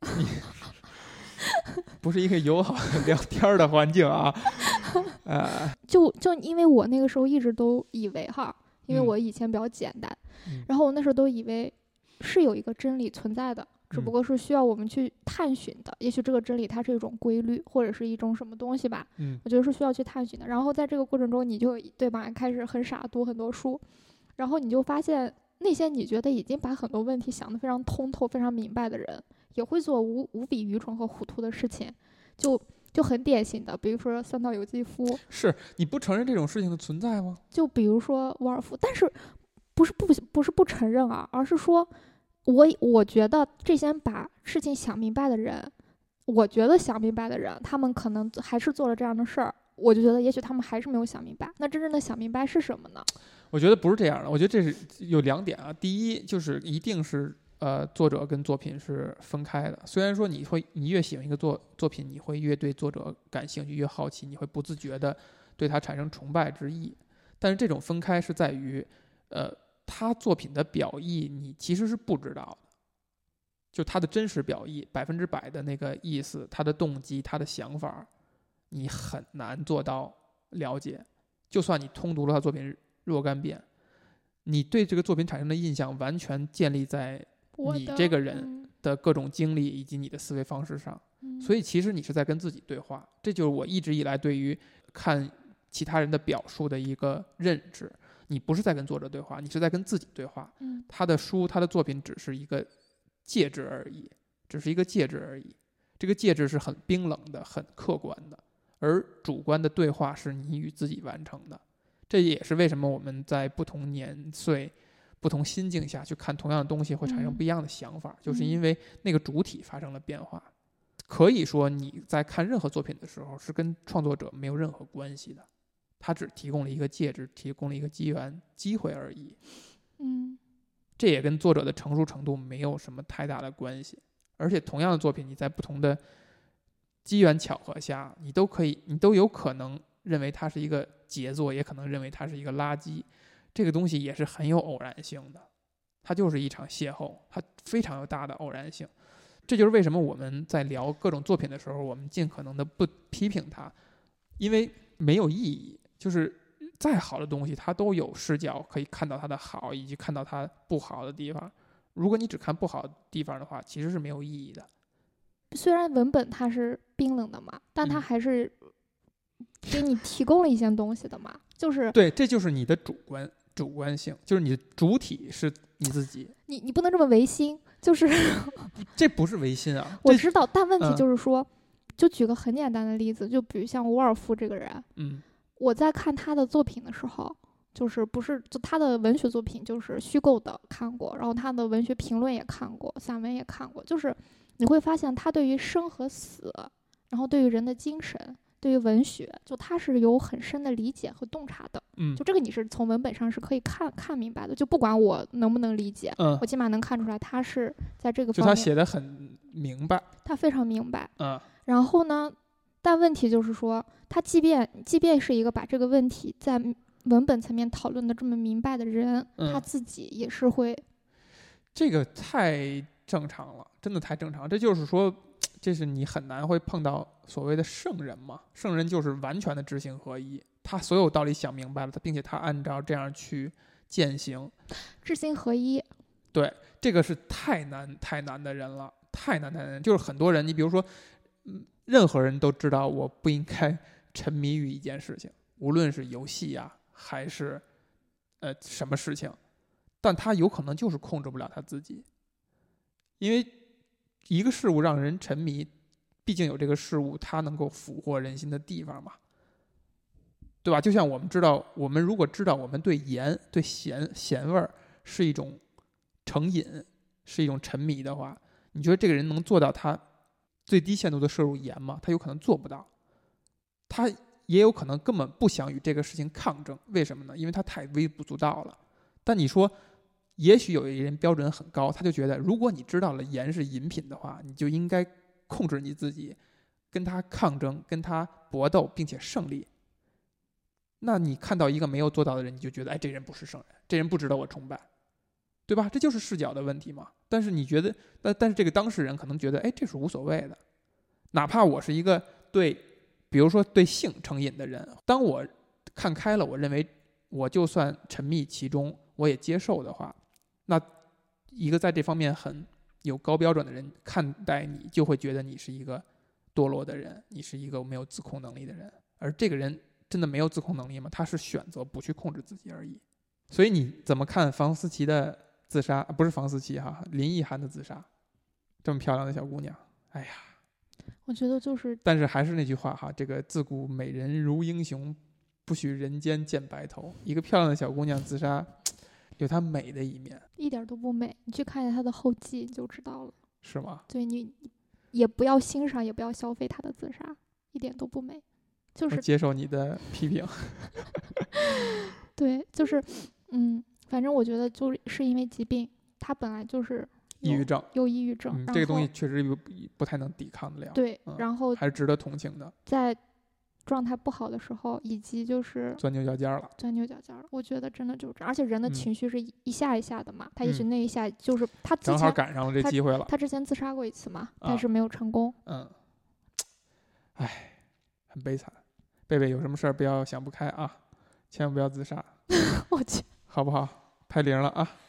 不是一个友好的聊天的环境啊。 就因为我那个时候一直都以为哈，因为我以前比较简单，然后我那时候都以为是有一个真理存在的，只不过是需要我们去探寻的。也许这个真理它是一种规律，或者是一种什么东西吧。我觉得是需要去探寻的。然后在这个过程中，你就对吧，开始很傻读很多书，然后你就发现那些你觉得已经把很多问题想得非常通透、非常明白的人，也会做无比愚蠢和糊涂的事情，就很典型的，比如说三岛由纪夫。 是你不承认这种事情的存在吗？ 就比如说沃尔夫，但是不是不承认啊，而是说我觉得这些把事情想明白的人，我觉得想明白的人，他们可能还是做了这样的事儿，我就觉得也许他们还是没有想明白。那真正的想明白是什么呢？ 我觉得不是这样的，我觉得这是有两点啊。第一就是一定是作者跟作品是分开的。虽然说你越喜欢一个作品，你会越对作者感兴趣，越好奇，你会不自觉的对他产生崇拜之意。但是这种分开是在于，他作品的表意你其实是不知道的，就他的真实表意100%的那个意思，他的动机，他的想法，你很难做到了解。就算你通读了他作品若干遍，你对这个作品产生的印象完全建立在你这个人的各种经历以及你的思维方式上，所以其实你是在跟自己对话。这就是我一直以来对于看其他人的表述的一个认知。你不是在跟作者对话，你是在跟自己对话。他的书，他的作品只是一个介质而已，只是一个介质而已。这个介质是很冰冷的，很客观的，而主观的对话是你与自己完成的。这也是为什么我们在不同年岁、不同心境下去看同样的东西会产生不一样的想法，就是因为那个主体发生了变化。可以说你在看任何作品的时候是跟创作者没有任何关系的，他只提供了一个介质，提供了一个机会而已。这也跟作者的成熟程度没有什么太大的关系。而且同样的作品，你在不同的机缘巧合下，你都有可能认为它是一个杰作，也可能认为它是一个垃圾。这个东西也是很有偶然性的，它就是一场邂逅，它非常有大的偶然性。这就是为什么我们在聊各种作品的时候，我们尽可能的不批评它，因为没有意义。就是再好的东西，它都有视角可以看到它的好，以及看到它不好的地方。如果你只看不好的地方的话，其实是没有意义的。 虽然文本它是冰冷的嘛，但它还是给你提供了一些东西的嘛。就是对，这就是你的主观性，就是你的主体是你自己。 你不能这么违心，就是这不是违心啊。 我知道，但问题就是说，就举个很简单的例子，就比如像沃尔夫这个人，我在看他的作品的时候，就是不是就他的文学作品就是虚构的看过，然后他的文学评论也看过，散文也看过，就是你会发现他对于生和死，然后对于人的精神，对于文学，就他是有很深的理解和洞察的。就这个你是从文本上是可以看明白的，就不管我能不能理解，我起码能看出来他是在这个方面， 就他写的很明白， 他非常明白。然后呢，但问题就是说，他即便是一个把这个问题在文本层面讨论的这么明白的人，他自己也是会， 这个太正常了，真的太正常。这就是说，这是你很难会碰到所谓的圣人嘛。圣人就是完全的知行合一，他所有道理想明白了，并且他按照这样去践行， 知行合一。 对，这个是太难的人了，太难的人。就是很多人，你比如说，任何人都知道我不应该沉迷于一件事情，无论是游戏啊，还是什么事情，但他有可能就是控制不了他自己， 因为一个事物让人沉迷，毕竟有这个事物它能够俘获人心的地方嘛，对吧？就像我们如果知道我们对盐对咸味是一种成瘾，是一种沉迷的话，你觉得这个人能做到他最低限度的摄入盐吗？他有可能做不到，他也有可能根本不想与这个事情抗争。为什么呢？因为他太微不足道了。但你说也许有一人标准很高，他就觉得如果你知道了盐是饮品的话，你就应该控制你自己，跟他抗争，跟他搏斗，并且胜利。那你看到一个没有做到的人，你就觉得，哎，这人不是圣人，这人不值得我崇拜，对吧？这就是视角的问题嘛。但是你觉得，但是这个当事人可能觉得，哎，这是无所谓的。哪怕我是一个比如说对性成瘾的人，当我看开了，我认为我就算沉迷其中，我也接受的话，那一个在这方面很有高标准的人看待你，就会觉得你是一个堕落的人，你是一个没有自控能力的人。而这个人真的没有自控能力吗？他是选择不去控制自己而已。所以你怎么看房思琪的自杀？不是房思琪哈，林奕含的自杀，这么漂亮的小姑娘，哎呀， 我觉得就是， 但是还是那句话哈，这个自古美人如英雄，不许人间见白头。一个漂亮的小姑娘自杀，有她美的一面， 一点都不美。你去看一下她的后记就知道了。 是吗？ 对，你也不要欣赏，也不要消费她的自杀，一点都不美。就是我接受你的批评。 对，就是反正我觉得就是因为疾病，他本来就是抑郁症， 有抑郁症， 这个东西确实不太能抵抗得了。 对，然后还是值得同情的。 在状态不好的时候，以及就是钻牛角尖了。 我觉得真的就是这样，而且人的情绪是一下一下的嘛，他也许那一下就是他之前正好赶上了这机会了。 他之前自杀过一次嘛，但是没有成功。 哎，很悲惨。贝贝有什么事儿不要想不开啊，千万不要自杀。 我去， 好不好？拍铃了啊！